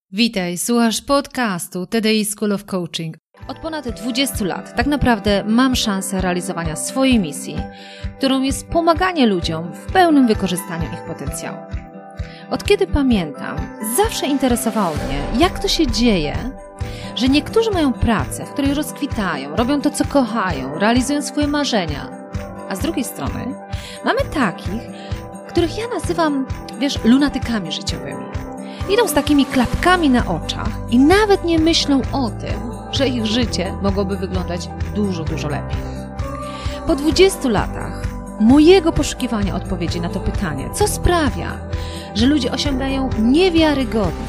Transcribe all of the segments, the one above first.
Witaj, słuchasz podcastu TDI School of Coaching. Od ponad 20 lat tak naprawdę mam szansę realizowania swojej misji, którą jest pomaganie ludziom w pełnym wykorzystaniu ich potencjału. Od kiedy pamiętam, zawsze interesowało mnie, jak to się dzieje, że niektórzy mają pracę, w której rozkwitają, robią to, co kochają, realizują swoje marzenia, a z drugiej strony mamy takich, których ja nazywam, lunatykami życiowymi. Idą z takimi klapkami na oczach i nawet nie myślą o tym, że ich życie mogłoby wyglądać dużo lepiej. Po 20 latach mojego poszukiwania odpowiedzi na to pytanie, co sprawia, że ludzie osiągają niewiarygodne,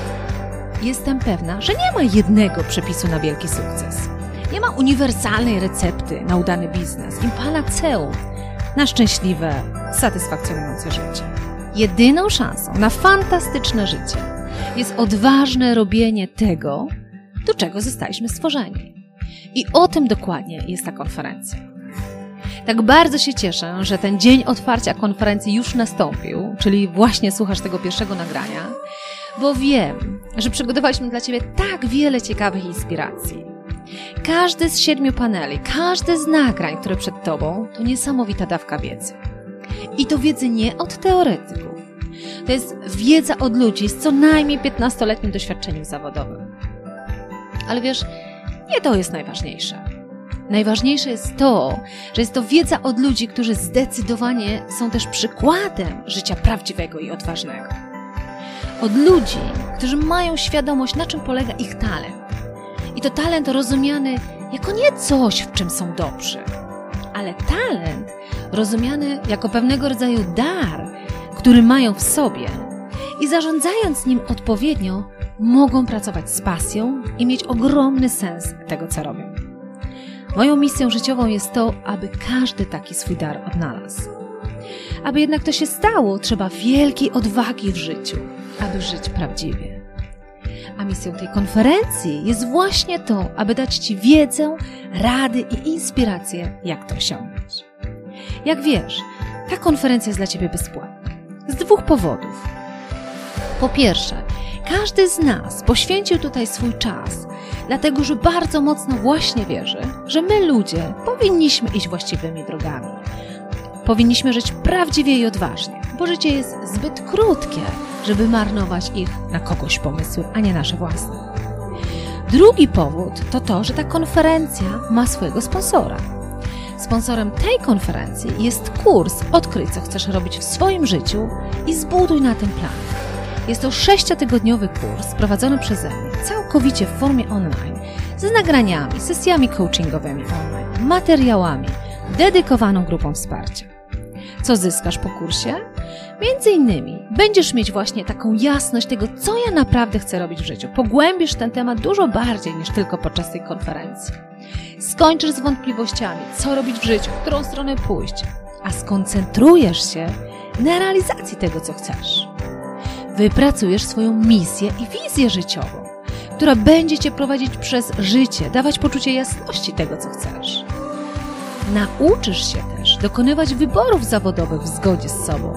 jestem pewna, że nie ma jednego przepisu na wielki sukces. Nie ma uniwersalnej recepty na udany biznes i panaceum na szczęśliwe, satysfakcjonujące życie. Jedyną szansą na fantastyczne życie jest odważne robienie tego, do czego zostaliśmy stworzeni. I o tym dokładnie jest ta konferencja. Tak bardzo się cieszę, że ten dzień otwarcia konferencji już nastąpił, czyli właśnie słuchasz tego pierwszego nagrania, bo wiem, że przygotowaliśmy dla Ciebie tak wiele ciekawych inspiracji. Każdy z 7 paneli, każde z nagrań, które przed Tobą, to niesamowita dawka wiedzy. I to wiedzy nie od teoretyków. To jest wiedza od ludzi z co najmniej 15-letnim doświadczeniem zawodowym. Ale wiesz, nie to jest najważniejsze. Najważniejsze jest to, że jest to wiedza od ludzi, którzy zdecydowanie są też przykładem życia prawdziwego i odważnego. Od ludzi, którzy mają świadomość, na czym polega ich talent. I to talent rozumiany jako nie coś, w czym są dobrzy, ale talent rozumiany jako pewnego rodzaju dar, który mają w sobie i zarządzając nim odpowiednio, mogą pracować z pasją i mieć ogromny sens tego, co robią. Moją misją życiową jest to, aby każdy taki swój dar odnalazł. Aby jednak to się stało, trzeba wielkiej odwagi w życiu, aby żyć prawdziwie. A misją tej konferencji jest właśnie to, aby dać Ci wiedzę, rady i inspiracje, jak to osiągnąć. Jak wiesz, ta konferencja jest dla Ciebie bezpłatna. Z 2 powodów. Po pierwsze, każdy z nas poświęcił tutaj swój czas, dlatego że bardzo mocno właśnie wierzy, że my ludzie powinniśmy iść właściwymi drogami. Powinniśmy żyć prawdziwie i odważnie, bo życie jest zbyt krótkie, żeby marnować ich na kogoś pomysły, a nie nasze własne. Drugi powód to to, że ta konferencja ma swojego sponsora. Sponsorem tej konferencji jest kurs Odkryj, co chcesz robić w swoim życiu i zbuduj na tym plan. Jest to 6-tygodniowy kurs prowadzony przeze mnie całkowicie w formie online, z nagraniami, sesjami coachingowymi online, materiałami, dedykowaną grupą wsparcia. Co zyskasz po kursie? Między innymi będziesz mieć właśnie taką jasność tego, co ja naprawdę chcę robić w życiu. Pogłębisz ten temat dużo bardziej niż tylko podczas tej konferencji. Skończysz z wątpliwościami, co robić w życiu, w którą stronę pójść, a skoncentrujesz się na realizacji tego, co chcesz. Wypracujesz swoją misję i wizję życiową, która będzie Cię prowadzić przez życie, dawać poczucie jasności tego, co chcesz. Nauczysz się też dokonywać wyborów zawodowych w zgodzie z sobą,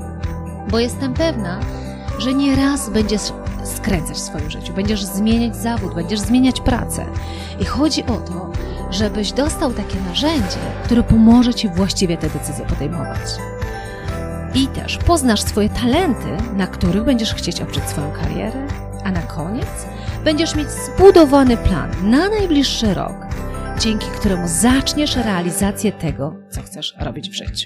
bo jestem pewna, że nie raz będziesz skręcać w swoim życiu, będziesz zmieniać zawód, będziesz zmieniać pracę i chodzi o to, żebyś dostał takie narzędzie, które pomoże Ci właściwie te decyzje podejmować. I też poznasz swoje talenty, na których będziesz chcieć oprzeć swoją karierę, a na koniec będziesz mieć zbudowany plan na najbliższy rok, dzięki któremu zaczniesz realizację tego, co chcesz robić w życiu.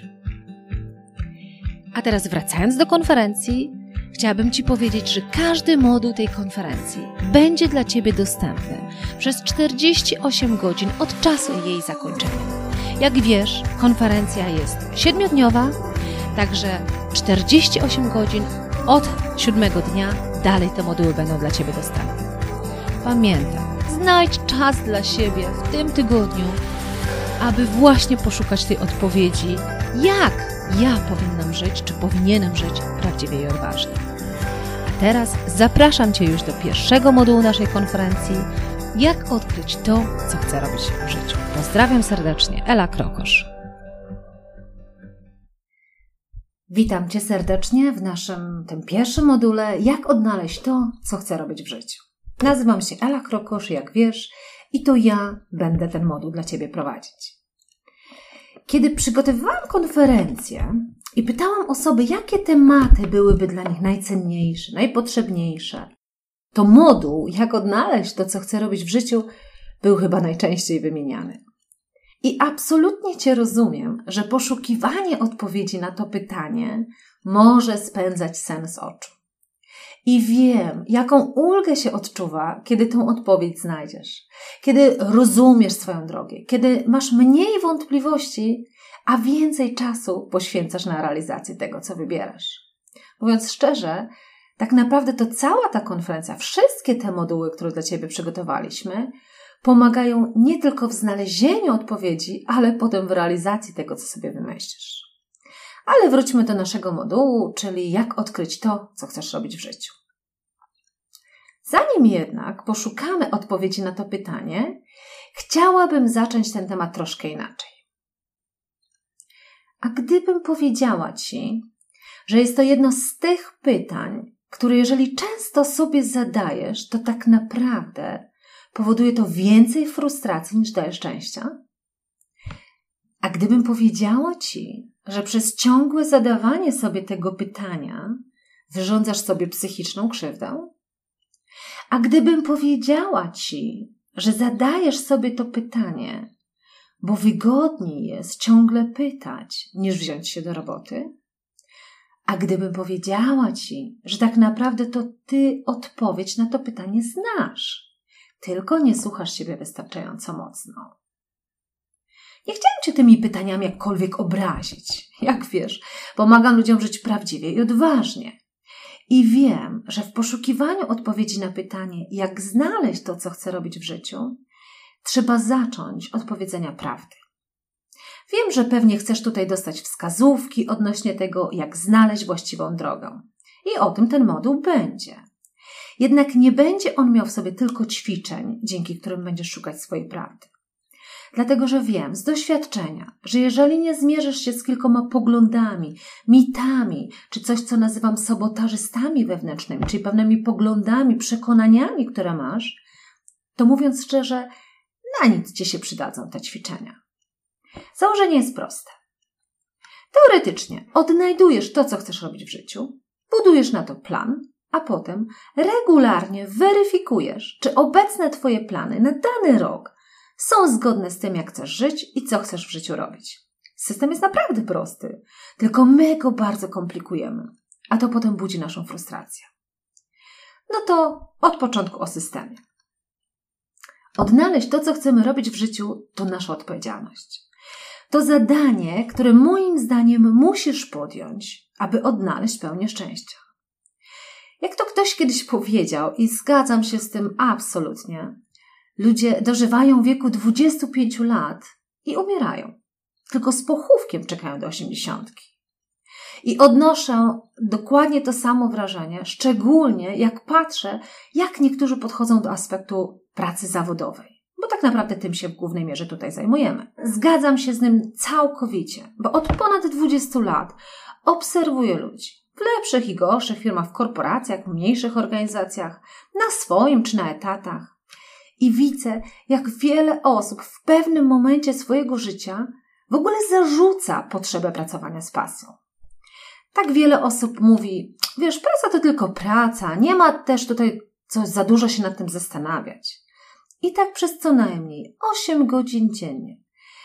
A teraz wracając do konferencji, chciałabym Ci powiedzieć, że każdy moduł tej konferencji będzie dla Ciebie dostępny przez 48 godzin od czasu jej zakończenia. Jak wiesz, konferencja jest 7-dniowa, także 48 godzin od 7 dnia dalej te moduły będą dla Ciebie dostępne. Pamiętaj, znajdź czas dla siebie w tym tygodniu, aby właśnie poszukać tej odpowiedzi, jak ja powinnam żyć, czy powinienem żyć prawdziwie i odważnie. A teraz zapraszam Cię już do pierwszego modułu naszej konferencji, jak odkryć to, co chcę robić w życiu. Pozdrawiam serdecznie, Ela Krokosz. Witam Cię serdecznie w naszym tym pierwszym module Jak odnaleźć to, co chcę robić w życiu. Nazywam się Ela Krokosz, jak wiesz, i to ja będę ten moduł dla Ciebie prowadzić. Kiedy przygotowywałam konferencję i pytałam osoby, jakie tematy byłyby dla nich najcenniejsze, najpotrzebniejsze, to moduł Jak odnaleźć to, co chcę robić w życiu, był chyba najczęściej wymieniany. I absolutnie Cię rozumiem, że poszukiwanie odpowiedzi na to pytanie może spędzać sen z oczu. I wiem, jaką ulgę się odczuwa, kiedy tą odpowiedź znajdziesz, kiedy rozumiesz swoją drogę, kiedy masz mniej wątpliwości, a więcej czasu poświęcasz na realizację tego, co wybierasz. Mówiąc szczerze, tak naprawdę to cała ta konferencja, wszystkie te moduły, które dla Ciebie przygotowaliśmy, pomagają nie tylko w znalezieniu odpowiedzi, ale potem w realizacji tego, co sobie wymyślisz. Ale wróćmy do naszego modułu, czyli jak odkryć to, co chcesz robić w życiu. Zanim jednak poszukamy odpowiedzi na to pytanie, chciałabym zacząć ten temat troszkę inaczej. A gdybym powiedziała Ci, że jest to jedno z tych pytań, które jeżeli często sobie zadajesz, to tak naprawdę powoduje to więcej frustracji niż daje szczęścia? A gdybym powiedziała Ci, że przez ciągłe zadawanie sobie tego pytania wyrządzasz sobie psychiczną krzywdę? A gdybym powiedziała Ci, że zadajesz sobie to pytanie, bo wygodniej jest ciągle pytać, niż wziąć się do roboty? A gdybym powiedziała Ci, że tak naprawdę to Ty odpowiedź na to pytanie znasz, tylko nie słuchasz siebie wystarczająco mocno. Nie chciałam Cię tymi pytaniami jakkolwiek obrazić. Jak wiesz, pomagam ludziom żyć prawdziwie i odważnie. I wiem, że w poszukiwaniu odpowiedzi na pytanie, jak znaleźć to, co chcę robić w życiu, trzeba zacząć od powiedzenia prawdy. Wiem, że pewnie chcesz tutaj dostać wskazówki odnośnie tego, jak znaleźć właściwą drogę. I o tym ten moduł będzie. Jednak nie będzie on miał w sobie tylko ćwiczeń, dzięki którym będziesz szukać swojej prawdy. Dlatego, że wiem z doświadczenia, że jeżeli nie zmierzysz się z kilkoma poglądami, mitami, czy coś, co nazywam sabotażystami wewnętrznymi, czyli pewnymi poglądami, przekonaniami, które masz, to mówiąc szczerze, na nic Ci się przydadzą te ćwiczenia. Założenie jest proste. Teoretycznie odnajdujesz to, co chcesz robić w życiu, budujesz na to plan, a potem regularnie weryfikujesz, czy obecne Twoje plany na dany rok są zgodne z tym, jak chcesz żyć i co chcesz w życiu robić. System jest naprawdę prosty, tylko my go bardzo komplikujemy, a to potem budzi naszą frustrację. No to od początku o systemie. Odnaleźć to, co chcemy robić w życiu, to nasza odpowiedzialność. To zadanie, które moim zdaniem musisz podjąć, aby odnaleźć pełnię szczęścia. Jak to ktoś kiedyś powiedział i zgadzam się z tym absolutnie, ludzie dożywają wieku 25 lat i umierają. Tylko z pochówkiem czekają do 80. I odnoszę dokładnie to samo wrażenie, szczególnie jak patrzę, jak niektórzy podchodzą do aspektu pracy zawodowej. Bo tak naprawdę tym się w głównej mierze tutaj zajmujemy. Zgadzam się z nim całkowicie, bo od ponad 20 lat obserwuję ludzi w lepszych i gorszych firmach, w korporacjach, w mniejszych organizacjach, na swoim czy na etatach. I widzę, jak wiele osób w pewnym momencie swojego życia w ogóle zarzuca potrzebę pracowania z pasją. Tak wiele osób mówi, wiesz, praca to tylko praca, nie ma też tutaj co za dużo się nad tym zastanawiać. I tak przez co najmniej 8 godzin dziennie,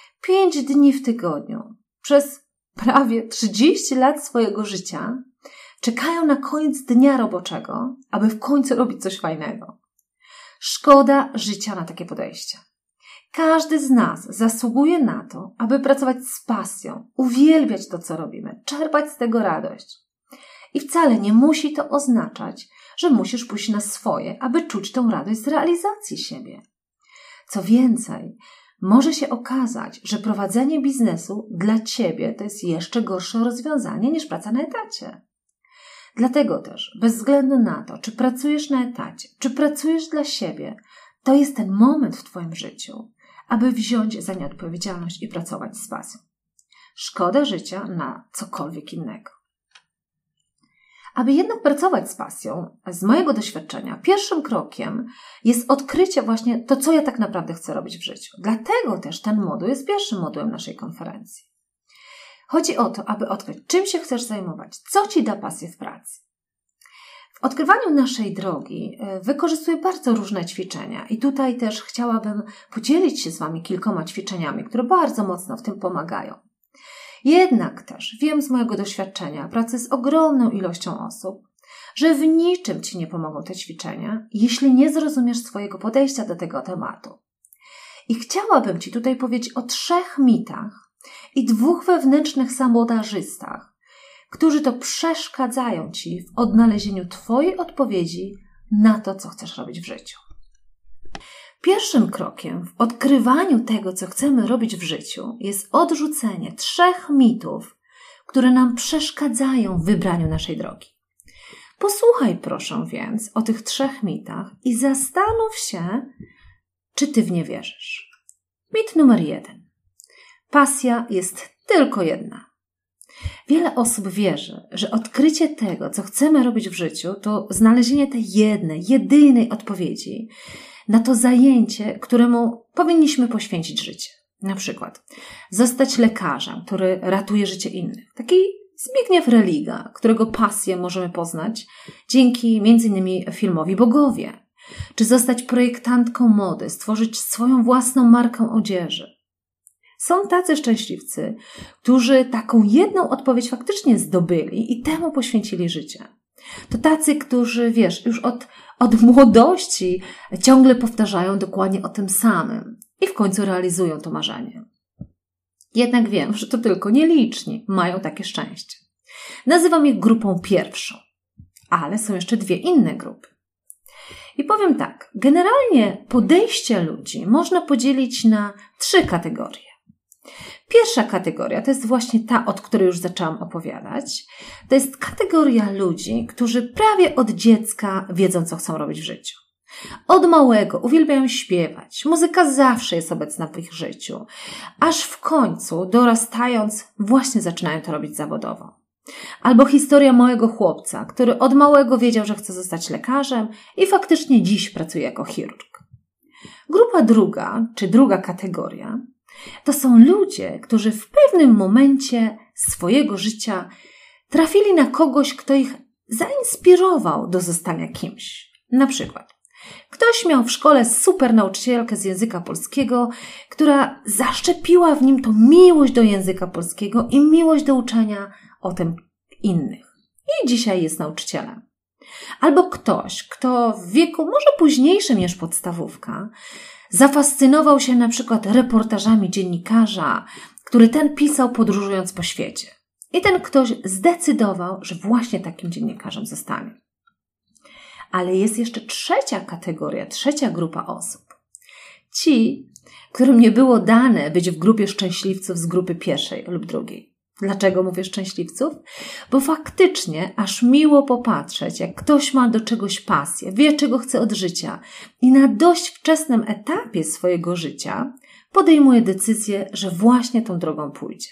5 dni w tygodniu, przez prawie 30 lat swojego życia czekają na koniec dnia roboczego, aby w końcu robić coś fajnego. Szkoda życia na takie podejście. Każdy z nas zasługuje na to, aby pracować z pasją, uwielbiać to, co robimy, czerpać z tego radość. I wcale nie musi to oznaczać, że musisz pójść na swoje, aby czuć tą radość z realizacji siebie. Co więcej, może się okazać, że prowadzenie biznesu dla Ciebie to jest jeszcze gorsze rozwiązanie niż praca na etacie. Dlatego też, bez względu na to, czy pracujesz na etacie, czy pracujesz dla siebie, to jest ten moment w Twoim życiu, aby wziąć za nie odpowiedzialność i pracować z pasją. Szkoda życia na cokolwiek innego. Aby jednak pracować z pasją, z mojego doświadczenia, pierwszym krokiem jest odkrycie właśnie to, co ja tak naprawdę chcę robić w życiu. Dlatego też ten moduł jest pierwszym modułem naszej konferencji. Chodzi o to, aby odkryć, czym się chcesz zajmować, co Ci da pasję w pracy. W odkrywaniu naszej drogi wykorzystuję bardzo różne ćwiczenia i tutaj też chciałabym podzielić się z Wami kilkoma ćwiczeniami, które bardzo mocno w tym pomagają. Jednak też wiem z mojego doświadczenia pracy z ogromną ilością osób, że w niczym Ci nie pomogą te ćwiczenia, jeśli nie zrozumiesz swojego podejścia do tego tematu. I chciałabym Ci tutaj powiedzieć o 3 mitach i 2 wewnętrznych sabotażystach, którzy to przeszkadzają Ci w odnalezieniu Twojej odpowiedzi na to, co chcesz robić w życiu. Pierwszym krokiem w odkrywaniu tego, co chcemy robić w życiu, jest odrzucenie 3 mitów, które nam przeszkadzają w wybraniu naszej drogi. Posłuchaj proszę więc o tych 3 mitach i zastanów się, czy Ty w nie wierzysz. Mit numer 1. Pasja jest tylko jedna. Wiele osób wierzy, że odkrycie tego, co chcemy robić w życiu, to znalezienie tej jedynej odpowiedzi na to zajęcie, któremu powinniśmy poświęcić życie. Na przykład zostać lekarzem, który ratuje życie innych. Taki Zbigniew Religa, którego pasję możemy poznać dzięki m.in. filmowi Bogowie. Czy zostać projektantką mody, stworzyć swoją własną markę odzieży. Są tacy szczęśliwcy, którzy taką jedną odpowiedź faktycznie zdobyli i temu poświęcili życie. To tacy, którzy, już od młodości ciągle powtarzają dokładnie o tym samym i w końcu realizują to marzenie. Jednak wiem, że to tylko nieliczni mają takie szczęście. Nazywam ich grupą pierwszą, ale są jeszcze 2 inne grupy. I powiem tak, generalnie podejście ludzi można podzielić na 3 kategorie. Pierwsza kategoria to jest właśnie ta, od której już zaczęłam opowiadać. To jest kategoria ludzi, którzy prawie od dziecka wiedzą, co chcą robić w życiu. Od małego uwielbiają śpiewać. Muzyka zawsze jest obecna w ich życiu. Aż w końcu, dorastając, właśnie zaczynają to robić zawodowo. Albo historia małego chłopca, który od małego wiedział, że chce zostać lekarzem i faktycznie dziś pracuje jako chirurg. Grupa druga, czy druga kategoria, to są ludzie, którzy w pewnym momencie swojego życia trafili na kogoś, kto ich zainspirował do zostania kimś. Na przykład ktoś miał w szkole super nauczycielkę z języka polskiego, która zaszczepiła w nim tą miłość do języka polskiego i miłość do uczenia o tym innych. I dzisiaj jest nauczycielem. Albo ktoś, kto w wieku może późniejszym niż podstawówka zafascynował się na przykład reportażami dziennikarza, który ten pisał podróżując po świecie. I ten ktoś zdecydował, że właśnie takim dziennikarzem zostanie. Ale jest jeszcze 3 kategoria, 3 grupa osób. Ci, którym nie było dane być w grupie szczęśliwców z grupy pierwszej lub drugiej. Dlaczego mówię szczęśliwców? Bo faktycznie aż miło popatrzeć, jak ktoś ma do czegoś pasję, wie, czego chce od życia i na dość wczesnym etapie swojego życia podejmuje decyzję, że właśnie tą drogą pójdzie.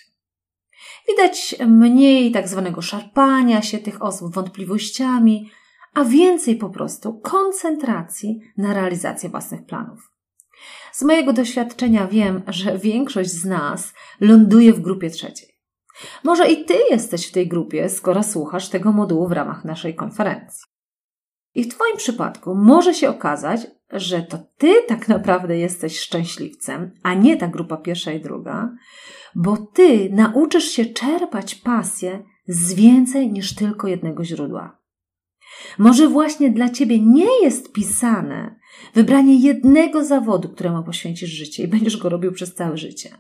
Widać mniej tak zwanego szarpania się tych osób wątpliwościami, a więcej po prostu koncentracji na realizację własnych planów. Z mojego doświadczenia wiem, że większość z nas ląduje w grupie 3. Może i Ty jesteś w tej grupie, skoro słuchasz tego modułu w ramach naszej konferencji. I w Twoim przypadku może się okazać, że to Ty tak naprawdę jesteś szczęśliwcem, a nie ta grupa pierwsza i druga, bo Ty nauczysz się czerpać pasję z więcej niż tylko jednego źródła. Może właśnie dla Ciebie nie jest pisane wybranie jednego zawodu, któremu poświęcisz życie i będziesz go robił przez całe życie.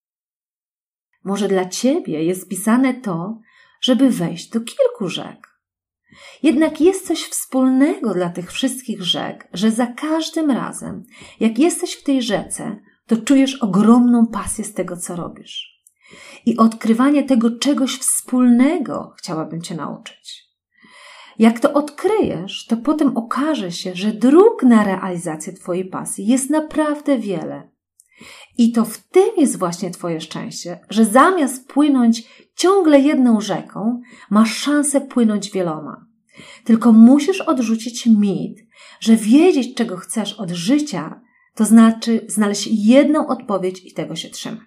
Może dla Ciebie jest pisane to, żeby wejść do kilku rzek. Jednak jest coś wspólnego dla tych wszystkich rzek, że za każdym razem, jak jesteś w tej rzece, to czujesz ogromną pasję z tego, co robisz. I odkrywanie tego czegoś wspólnego chciałabym Cię nauczyć. Jak to odkryjesz, to potem okaże się, że dróg na realizację Twojej pasji jest naprawdę wiele. I to w tym jest właśnie Twoje szczęście, że zamiast płynąć ciągle jedną rzeką, masz szansę płynąć wieloma. Tylko musisz odrzucić mit, że wiedzieć, czego chcesz od życia, to znaczy znaleźć jedną odpowiedź i tego się trzymać.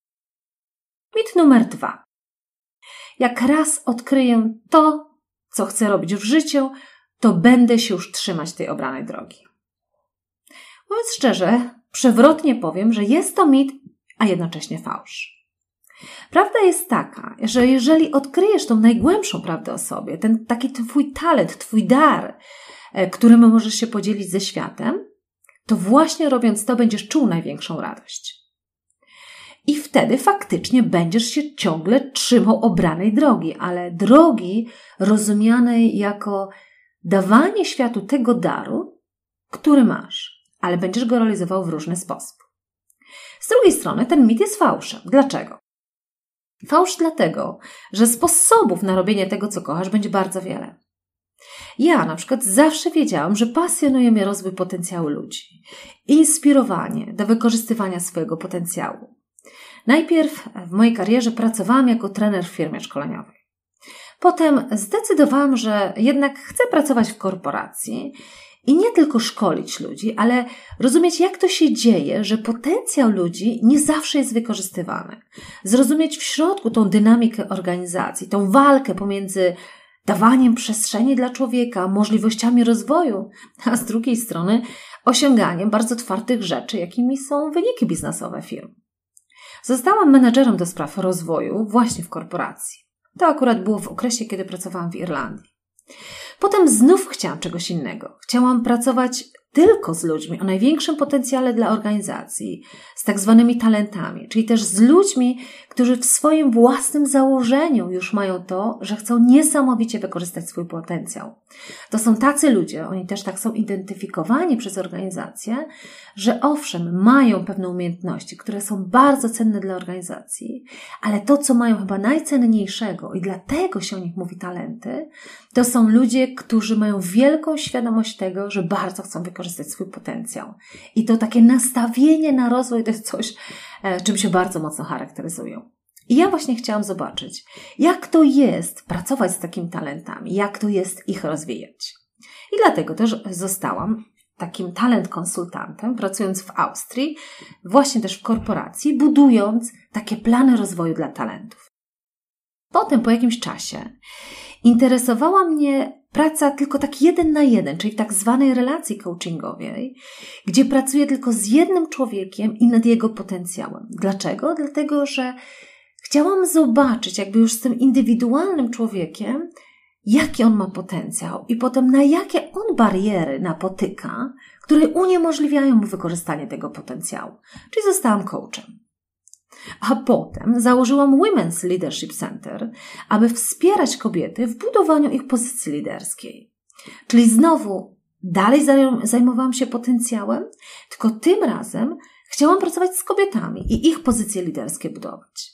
Mit numer 2. Jak raz odkryję to, co chcę robić w życiu, to będę się już trzymać tej obranej drogi. Mówiąc szczerze, przewrotnie powiem, że jest to mit, a jednocześnie fałsz. Prawda jest taka, że jeżeli odkryjesz tą najgłębszą prawdę o sobie, ten taki twój talent, twój dar, którym możesz się podzielić ze światem, to właśnie robiąc to będziesz czuł największą radość. I wtedy faktycznie będziesz się ciągle trzymał obranej drogi, ale drogi rozumianej jako dawanie światu tego daru, który masz, ale będziesz go realizował w różny sposób. Z drugiej strony ten mit jest fałszem. Dlaczego? Fałsz dlatego, że sposobów na robienie tego, co kochasz, będzie bardzo wiele. Ja na przykład zawsze wiedziałam, że pasjonuje mnie rozwój potencjału ludzi, inspirowanie do wykorzystywania swojego potencjału. Najpierw w mojej karierze pracowałam jako trener w firmie szkoleniowej. Potem zdecydowałam, że jednak chcę pracować w korporacji i nie tylko szkolić ludzi, ale rozumieć, jak to się dzieje, że potencjał ludzi nie zawsze jest wykorzystywany. Zrozumieć w środku tą dynamikę organizacji, tą walkę pomiędzy dawaniem przestrzeni dla człowieka, możliwościami rozwoju, a z drugiej strony osiąganiem bardzo twardych rzeczy, jakimi są wyniki biznesowe firm. Zostałam menedżerem do spraw rozwoju właśnie w korporacji. To akurat było w okresie, kiedy pracowałam w Irlandii. Potem znów chciałam czegoś innego. Chciałam pracować tylko z ludźmi o największym potencjale dla organizacji, z tak zwanymi talentami, czyli też z ludźmi, którzy w swoim własnym założeniu już mają to, że chcą niesamowicie wykorzystać swój potencjał. To są tacy ludzie, oni też tak są identyfikowani przez organizację, że owszem, mają pewne umiejętności, które są bardzo cenne dla organizacji, ale to, co mają chyba najcenniejszego i dlatego się o nich mówi talenty, to są ludzie, którzy mają wielką świadomość tego, że bardzo chcą wykorzystać swój potencjał. I to takie nastawienie na rozwój to jest coś, czym się bardzo mocno charakteryzują. I ja właśnie chciałam zobaczyć, jak to jest pracować z takimi talentami, jak to jest ich rozwijać. I dlatego też zostałam takim talent konsultantem, pracując w Austrii, właśnie też w korporacji, budując takie plany rozwoju dla talentów. Potem po jakimś czasie interesowała mnie praca tylko tak 1 na 1, czyli w tak zwanej relacji coachingowej, gdzie pracuję tylko z jednym człowiekiem i nad jego potencjałem. Dlaczego? Dlatego, że chciałam zobaczyć jakby już z tym indywidualnym człowiekiem, jaki on ma potencjał i potem na jakie on bariery napotyka, które uniemożliwiają mu wykorzystanie tego potencjału. Czyli zostałam coachem. A potem założyłam Women's Leadership Center, aby wspierać kobiety w budowaniu ich pozycji liderskiej. Czyli znowu dalej zajmowałam się potencjałem, tylko tym razem chciałam pracować z kobietami i ich pozycje liderskie budować.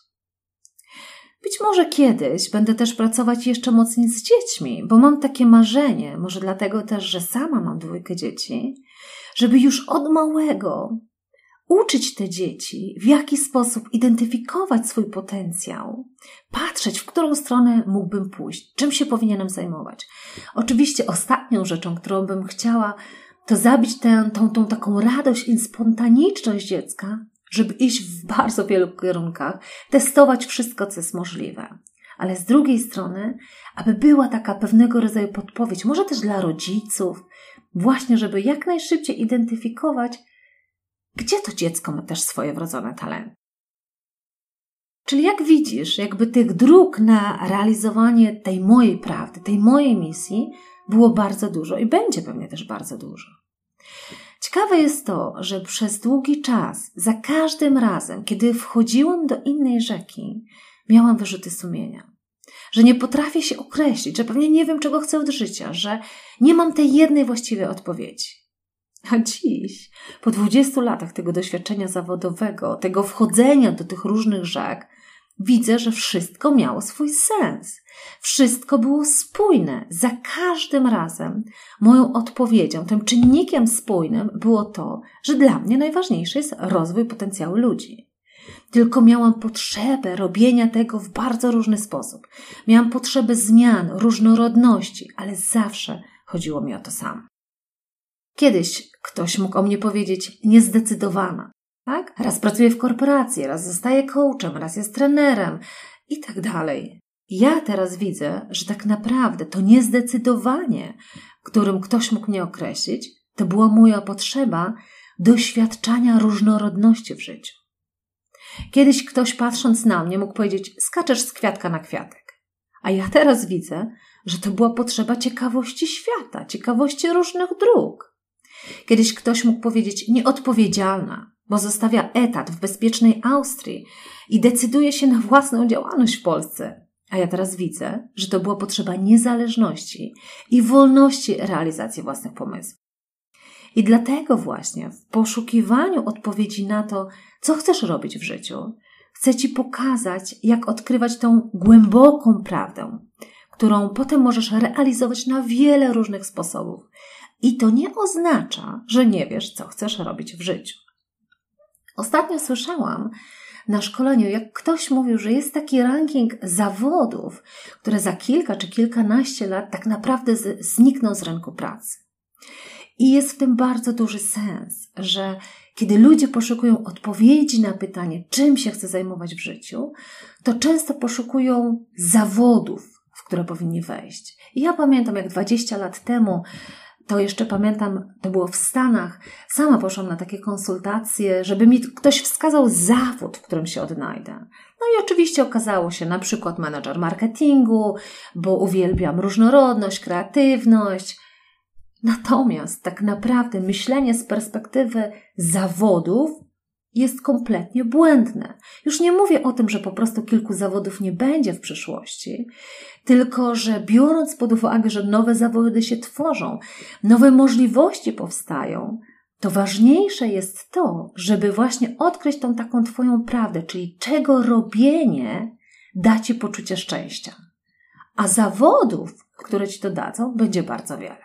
Być może kiedyś będę też pracować jeszcze mocniej z dziećmi, bo mam takie marzenie, może dlatego też, że sama mam 2 dzieci, żeby już od małego uczyć te dzieci, w jaki sposób identyfikować swój potencjał, patrzeć, w którą stronę mógłbym pójść, czym się powinienem zajmować. Oczywiście ostatnią rzeczą, którą bym chciała, to zabić tą taką radość i spontaniczność dziecka, żeby iść w bardzo wielu kierunkach, testować wszystko, co jest możliwe. Ale z drugiej strony, aby była taka pewnego rodzaju podpowiedź, może też dla rodziców, właśnie żeby jak najszybciej identyfikować, gdzie to dziecko ma też swoje wrodzone talenty. Czyli jak widzisz, jakby tych dróg na realizowanie tej mojej prawdy, tej mojej misji było bardzo dużo i będzie pewnie też bardzo dużo. Ciekawe jest to, że przez długi czas, za każdym razem, kiedy wchodziłam do innej rzeki, miałam wyrzuty sumienia. Że nie potrafię się określić, że pewnie nie wiem, czego chcę od życia, że nie mam tej jednej właściwej odpowiedzi. A dziś, po 20 latach tego doświadczenia zawodowego, tego wchodzenia do tych różnych rzek, widzę, że wszystko miało swój sens. Wszystko było spójne. Za każdym razem moją odpowiedzią, tym czynnikiem spójnym było to, że dla mnie najważniejszy jest rozwój potencjału ludzi. tylko miałam potrzebę robienia tego w bardzo różny sposób. Miałam potrzebę zmian, różnorodności, ale zawsze chodziło mi o to samo. Kiedyś ktoś mógł o mnie powiedzieć niezdecydowana. Tak? Raz pracuje w korporacji, raz zostaje coachem, raz jest trenerem i tak dalej. Ja teraz widzę, że tak naprawdę to niezdecydowanie, którym ktoś mógł mnie określić, to była moja potrzeba doświadczania różnorodności w życiu. Kiedyś ktoś patrząc na mnie mógł powiedzieć, skaczesz z kwiatka na kwiatek. A ja teraz widzę, że to była potrzeba ciekawości świata, ciekawości różnych dróg. Kiedyś ktoś mógł powiedzieć nieodpowiedzialna, bo zostawia etat w bezpiecznej Austrii i decyduje się na własną działalność w Polsce. A ja teraz widzę, że to była potrzeba niezależności i wolności realizacji własnych pomysłów. I dlatego właśnie w poszukiwaniu odpowiedzi na to, co chcesz robić w życiu, chcę Ci pokazać, jak odkrywać tą głęboką prawdę, którą potem możesz realizować na wiele różnych sposobów. I to nie oznacza, że nie wiesz, co chcesz robić w życiu. Ostatnio słyszałam na szkoleniu, jak ktoś mówił, że jest taki ranking zawodów, które za kilka czy kilkanaście lat tak naprawdę znikną z rynku pracy. I jest w tym bardzo duży sens, że kiedy ludzie poszukują odpowiedzi na pytanie, czym się chce zajmować w życiu, to często poszukują zawodów, w które powinni wejść. I ja pamiętam, jak 20 lat temu, to jeszcze pamiętam, to było w Stanach, sama poszłam na takie konsultacje, żeby mi ktoś wskazał zawód, w którym się odnajdę. No i oczywiście okazało się na przykład menadżer marketingu, bo uwielbiam różnorodność, kreatywność. Natomiast tak naprawdę myślenie z perspektywy zawodów jest kompletnie błędne. Już nie mówię o tym, że po prostu kilku zawodów nie będzie w przyszłości, tylko że biorąc pod uwagę, że nowe zawody się tworzą, nowe możliwości powstają, to ważniejsze jest to, żeby właśnie odkryć tą taką Twoją prawdę, czyli czego robienie da Ci poczucie szczęścia. A zawodów, które Ci to dadzą, będzie bardzo wiele.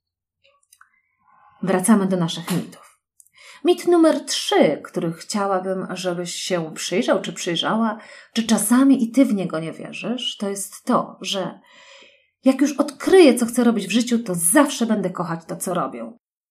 Wracamy do naszych mitów. Mit numer 3, który chciałabym, żebyś się przyjrzał czy przyjrzała, czy czasami i Ty w niego nie wierzysz, to jest to, że jak już odkryję, co chcę robić w życiu, to zawsze będę kochać to, co robię.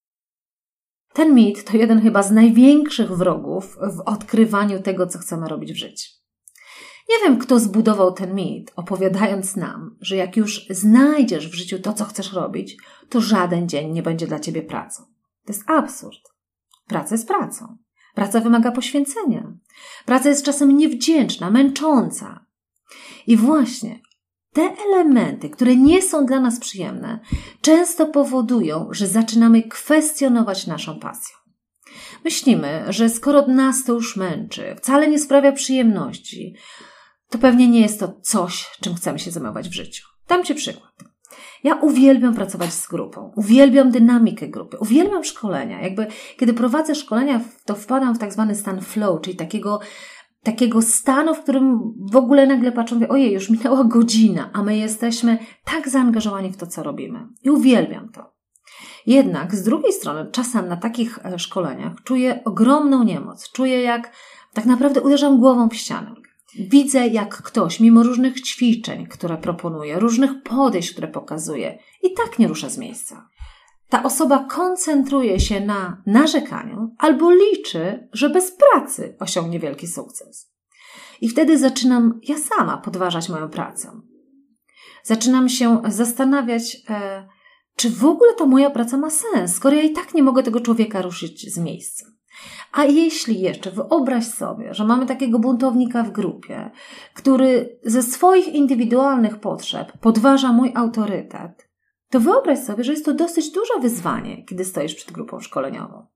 Ten mit to jeden chyba z największych wrogów w odkrywaniu tego, co chcemy robić w życiu. Nie wiem, kto zbudował ten mit, opowiadając nam, że jak już znajdziesz w życiu to, co chcesz robić, to żaden dzień nie będzie dla Ciebie pracą. To jest absurd. Praca jest pracą. Praca wymaga poświęcenia. Praca jest czasem niewdzięczna, męcząca. I właśnie te elementy, które nie są dla nas przyjemne, często powodują, że zaczynamy kwestionować naszą pasję. Myślimy, że skoro nas to już męczy, wcale nie sprawia przyjemności, to pewnie nie jest to coś, czym chcemy się zajmować w życiu. Dam Ci przykład. Ja uwielbiam pracować z grupą, uwielbiam dynamikę grupy, uwielbiam szkolenia. Kiedy prowadzę szkolenia, to wpadam w tak zwany stan flow, czyli takiego stanu, w którym w ogóle nagle patrzę, mówię, ojej, już minęła godzina, a my jesteśmy tak zaangażowani w to, co robimy. I uwielbiam to. Jednak z drugiej strony czasem na takich szkoleniach czuję ogromną niemoc. Czuję, jak tak naprawdę uderzam głową w ścianę. Widzę, jak ktoś, mimo różnych ćwiczeń, które proponuje, różnych podejść, które pokazuje, i tak nie rusza z miejsca. Ta osoba koncentruje się na narzekaniu albo liczy, że bez pracy osiągnie wielki sukces. I wtedy zaczynam ja sama podważać moją pracę. Zaczynam się zastanawiać, czy w ogóle ta moja praca ma sens, skoro ja i tak nie mogę tego człowieka ruszyć z miejsca. A jeśli jeszcze wyobraź sobie, że mamy takiego buntownika w grupie, który ze swoich indywidualnych potrzeb podważa mój autorytet, to wyobraź sobie, że jest to dosyć duże wyzwanie, kiedy stoisz przed grupą szkoleniową.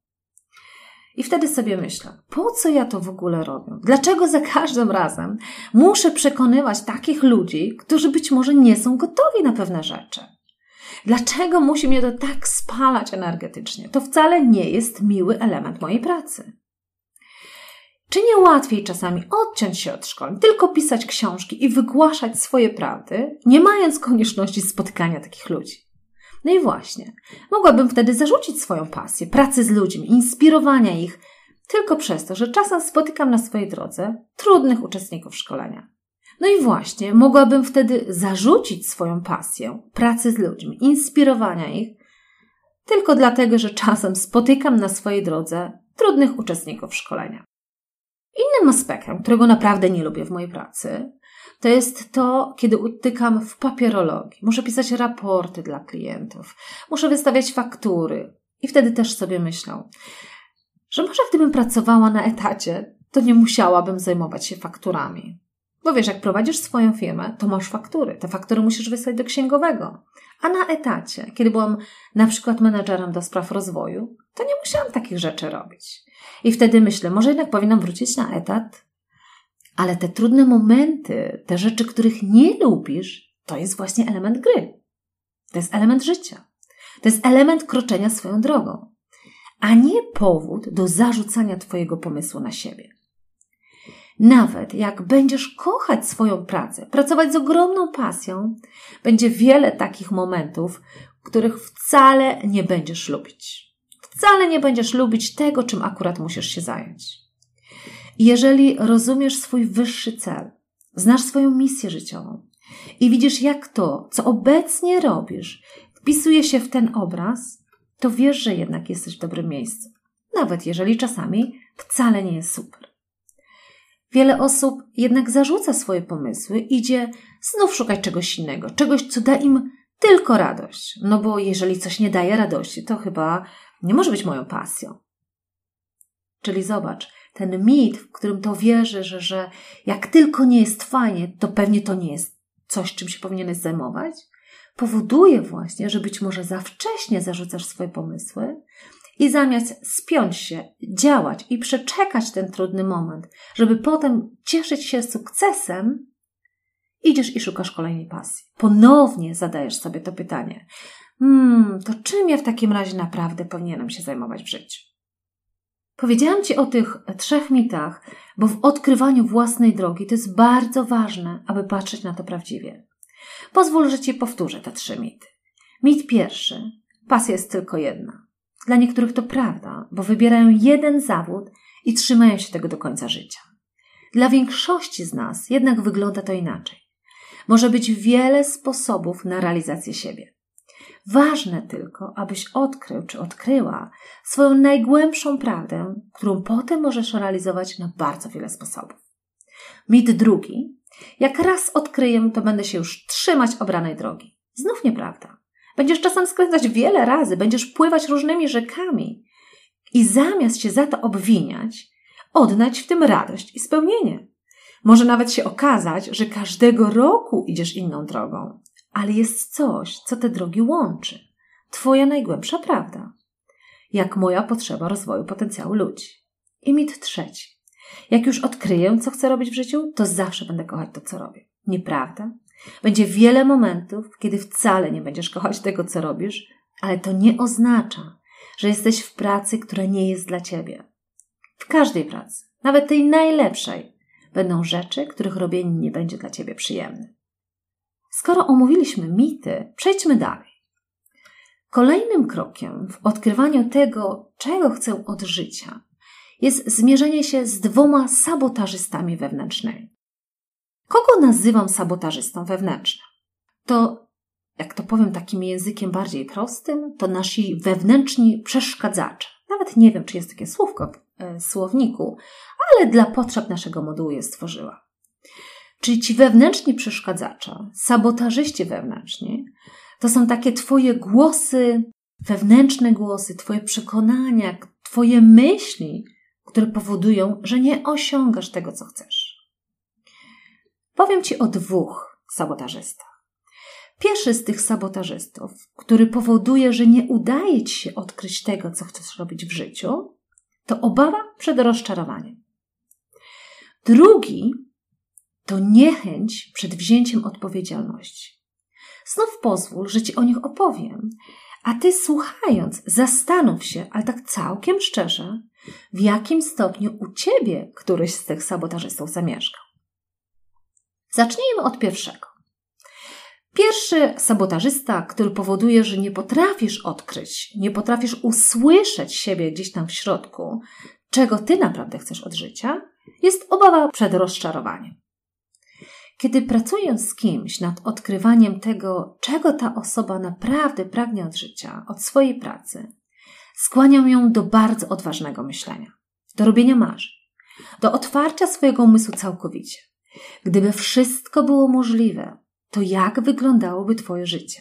I wtedy sobie myślę, po co ja to w ogóle robię? Dlaczego za każdym razem muszę przekonywać takich ludzi, którzy być może nie są gotowi na pewne rzeczy? Dlaczego musi mnie to tak spalać energetycznie? To wcale nie jest miły element mojej pracy. Czy nie łatwiej czasami odciąć się od szkoleń, tylko pisać książki i wygłaszać swoje prawdy, nie mając konieczności spotykania takich ludzi? No i właśnie, mogłabym wtedy zarzucić swoją pasję, pracę z ludźmi, inspirowania ich tylko przez to, że czasem spotykam na swojej drodze trudnych uczestników szkolenia. No i właśnie, mogłabym wtedy zarzucić swoją pasję pracy z ludźmi, inspirowania ich, tylko dlatego, że czasem spotykam na swojej drodze trudnych uczestników szkolenia. Innym aspektem, którego naprawdę nie lubię w mojej pracy, to jest to, kiedy utykam w papierologii. Muszę pisać raporty dla klientów, muszę wystawiać faktury i wtedy też sobie myślę, że może gdybym pracowała na etacie, to nie musiałabym zajmować się fakturami. Bo wiesz, jak prowadzisz swoją firmę, to masz faktury. Te faktury musisz wysłać do księgowego. A na etacie, kiedy byłam na przykład menedżerem do spraw rozwoju, to nie musiałam takich rzeczy robić. I wtedy myślę, może jednak powinnam wrócić na etat? Ale te trudne momenty, te rzeczy, których nie lubisz, to jest właśnie element gry. To jest element życia. To jest element kroczenia swoją drogą, a nie powód do zarzucania twojego pomysłu na siebie. Nawet jak będziesz kochać swoją pracę, pracować z ogromną pasją, będzie wiele takich momentów, których wcale nie będziesz lubić. Wcale nie będziesz lubić tego, czym akurat musisz się zająć. I jeżeli rozumiesz swój wyższy cel, znasz swoją misję życiową i widzisz, jak to, co obecnie robisz, wpisuje się w ten obraz, to wiesz, że jednak jesteś w dobrym miejscu. Nawet jeżeli czasami wcale nie jest super. Wiele osób jednak zarzuca swoje pomysły, idzie znów szukać czegoś innego, czegoś, co da im tylko radość. No bo jeżeli coś nie daje radości, to chyba nie może być moją pasją. Czyli zobacz, ten mit, w którym to wierzy, że jak tylko nie jest fajnie, to pewnie to nie jest coś, czym się powinieneś zajmować, powoduje właśnie, że być może za wcześnie zarzucasz swoje pomysły i zamiast spiąć się, działać i przeczekać ten trudny moment, żeby potem cieszyć się sukcesem, idziesz i szukasz kolejnej pasji. Ponownie zadajesz sobie to pytanie. To czym ja w takim razie naprawdę powinienem się zajmować w życiu? Powiedziałam Ci o tych 3 mitach, bo w odkrywaniu własnej drogi to jest bardzo ważne, aby patrzeć na to prawdziwie. Pozwól, że Ci powtórzę te 3 mity. Mit pierwszy. Pasja jest tylko jedna. Dla niektórych to prawda, bo wybierają jeden zawód i trzymają się tego do końca życia. Dla większości z nas jednak wygląda to inaczej. Może być wiele sposobów na realizację siebie. Ważne tylko, abyś odkrył czy odkryła swoją najgłębszą prawdę, którą potem możesz realizować na bardzo wiele sposobów. Mit drugi. Jak raz odkryję, to będę się już trzymać obranej drogi. Znów nieprawda. Będziesz czasem skręcać wiele razy, będziesz pływać różnymi rzekami i zamiast się za to obwiniać, odnać w tym radość i spełnienie. Może nawet się okazać, że każdego roku idziesz inną drogą, ale jest coś, co te drogi łączy. Twoja najgłębsza prawda. Jak moja potrzeba rozwoju potencjału ludzi. I mit trzeci. Jak już odkryję, co chcę robić w życiu, to zawsze będę kochać to, co robię. Nieprawda? Będzie wiele momentów, kiedy wcale nie będziesz kochać tego, co robisz, ale to nie oznacza, że jesteś w pracy, która nie jest dla Ciebie. W każdej pracy, nawet tej najlepszej, będą rzeczy, których robienie nie będzie dla Ciebie przyjemne. Skoro omówiliśmy mity, przejdźmy dalej. Kolejnym krokiem w odkrywaniu tego, czego chcę od życia, jest zmierzenie się z 2 sabotażystami wewnętrznymi. Kogo nazywam sabotażystą wewnętrznym? To, jak to powiem takim językiem bardziej prostym, to nasi wewnętrzni przeszkadzacze. Nawet nie wiem, czy jest takie słówko w słowniku, ale dla potrzeb naszego modułu je stworzyłam. Czyli ci wewnętrzni przeszkadzacze, sabotażyści wewnętrzni, to są takie Twoje głosy, wewnętrzne głosy, Twoje przekonania, Twoje myśli, które powodują, że nie osiągasz tego, co chcesz. Powiem Ci o 2 sabotażystach. Pierwszy z tych sabotażystów, który powoduje, że nie udaje Ci się odkryć tego, co chcesz robić w życiu, to obawa przed rozczarowaniem. Drugi to niechęć przed wzięciem odpowiedzialności. Znów pozwól, że Ci o nich opowiem, a Ty słuchając zastanów się, ale tak całkiem szczerze, w jakim stopniu u Ciebie któryś z tych sabotażystów zamieszkał. Zacznijmy od pierwszego. Pierwszy sabotażysta, który powoduje, że nie potrafisz odkryć, nie potrafisz usłyszeć siebie gdzieś tam w środku, czego ty naprawdę chcesz od życia, jest obawa przed rozczarowaniem. Kiedy pracuję z kimś nad odkrywaniem tego, czego ta osoba naprawdę pragnie od życia, od swojej pracy, skłaniam ją do bardzo odważnego myślenia, do robienia marzeń, do otwarcia swojego umysłu całkowicie. Gdyby wszystko było możliwe, to jak wyglądałoby twoje życie?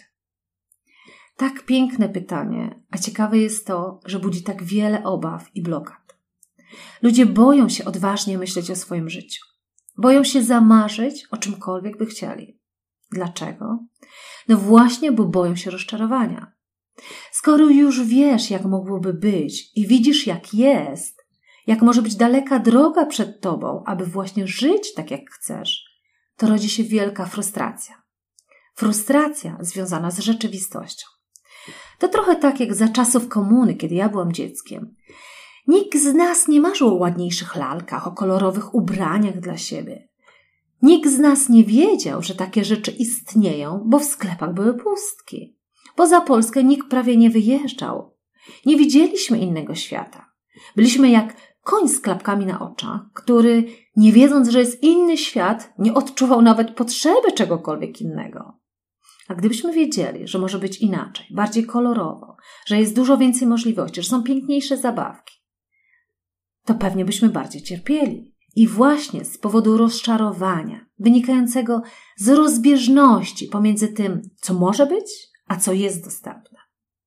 Tak piękne pytanie, a ciekawe jest to, że budzi tak wiele obaw i blokad. Ludzie boją się odważnie myśleć o swoim życiu. Boją się zamarzyć o czymkolwiek by chcieli. Dlaczego? No właśnie, bo boją się rozczarowania. Skoro już wiesz, jak mogłoby być i widzisz, jak jest, jak może być daleka droga przed tobą, aby właśnie żyć tak, jak chcesz, to rodzi się wielka frustracja. Frustracja związana z rzeczywistością. To trochę tak jak za czasów komuny, kiedy ja byłam dzieckiem. Nikt z nas nie marzył o ładniejszych lalkach, o kolorowych ubraniach dla siebie. Nikt z nas nie wiedział, że takie rzeczy istnieją, bo w sklepach były pustki. Poza Polskę nikt prawie nie wyjeżdżał. Nie widzieliśmy innego świata. Byliśmy jak koń z klapkami na oczach, który, nie wiedząc, że jest inny świat, nie odczuwał nawet potrzeby czegokolwiek innego. A gdybyśmy wiedzieli, że może być inaczej, bardziej kolorowo, że jest dużo więcej możliwości, że są piękniejsze zabawki, to pewnie byśmy bardziej cierpieli. I właśnie z powodu rozczarowania, wynikającego z rozbieżności pomiędzy tym, co może być, a co jest dostępne.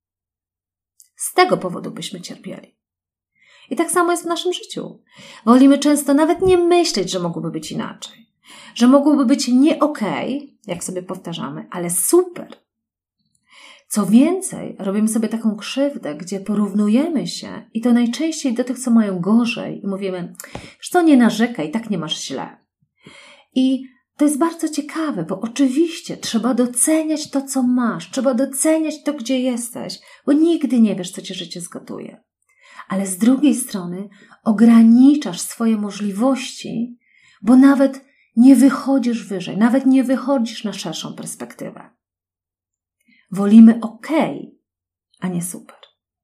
Z tego powodu byśmy cierpieli. I tak samo jest w naszym życiu. Wolimy często nawet nie myśleć, że mogłoby być inaczej. Że mogłoby być nie okej, jak sobie powtarzamy, ale super. Co więcej, robimy sobie taką krzywdę, gdzie porównujemy się i to najczęściej do tych, co mają gorzej i mówimy, że to nie narzekaj, tak nie masz źle. I to jest bardzo ciekawe, bo oczywiście trzeba doceniać to, co masz, trzeba doceniać to, gdzie jesteś, bo nigdy nie wiesz, co ci życie zgotuje. Ale z drugiej strony ograniczasz swoje możliwości, bo nawet nie wychodzisz wyżej, nawet nie wychodzisz na szerszą perspektywę. Wolimy okej, a nie super.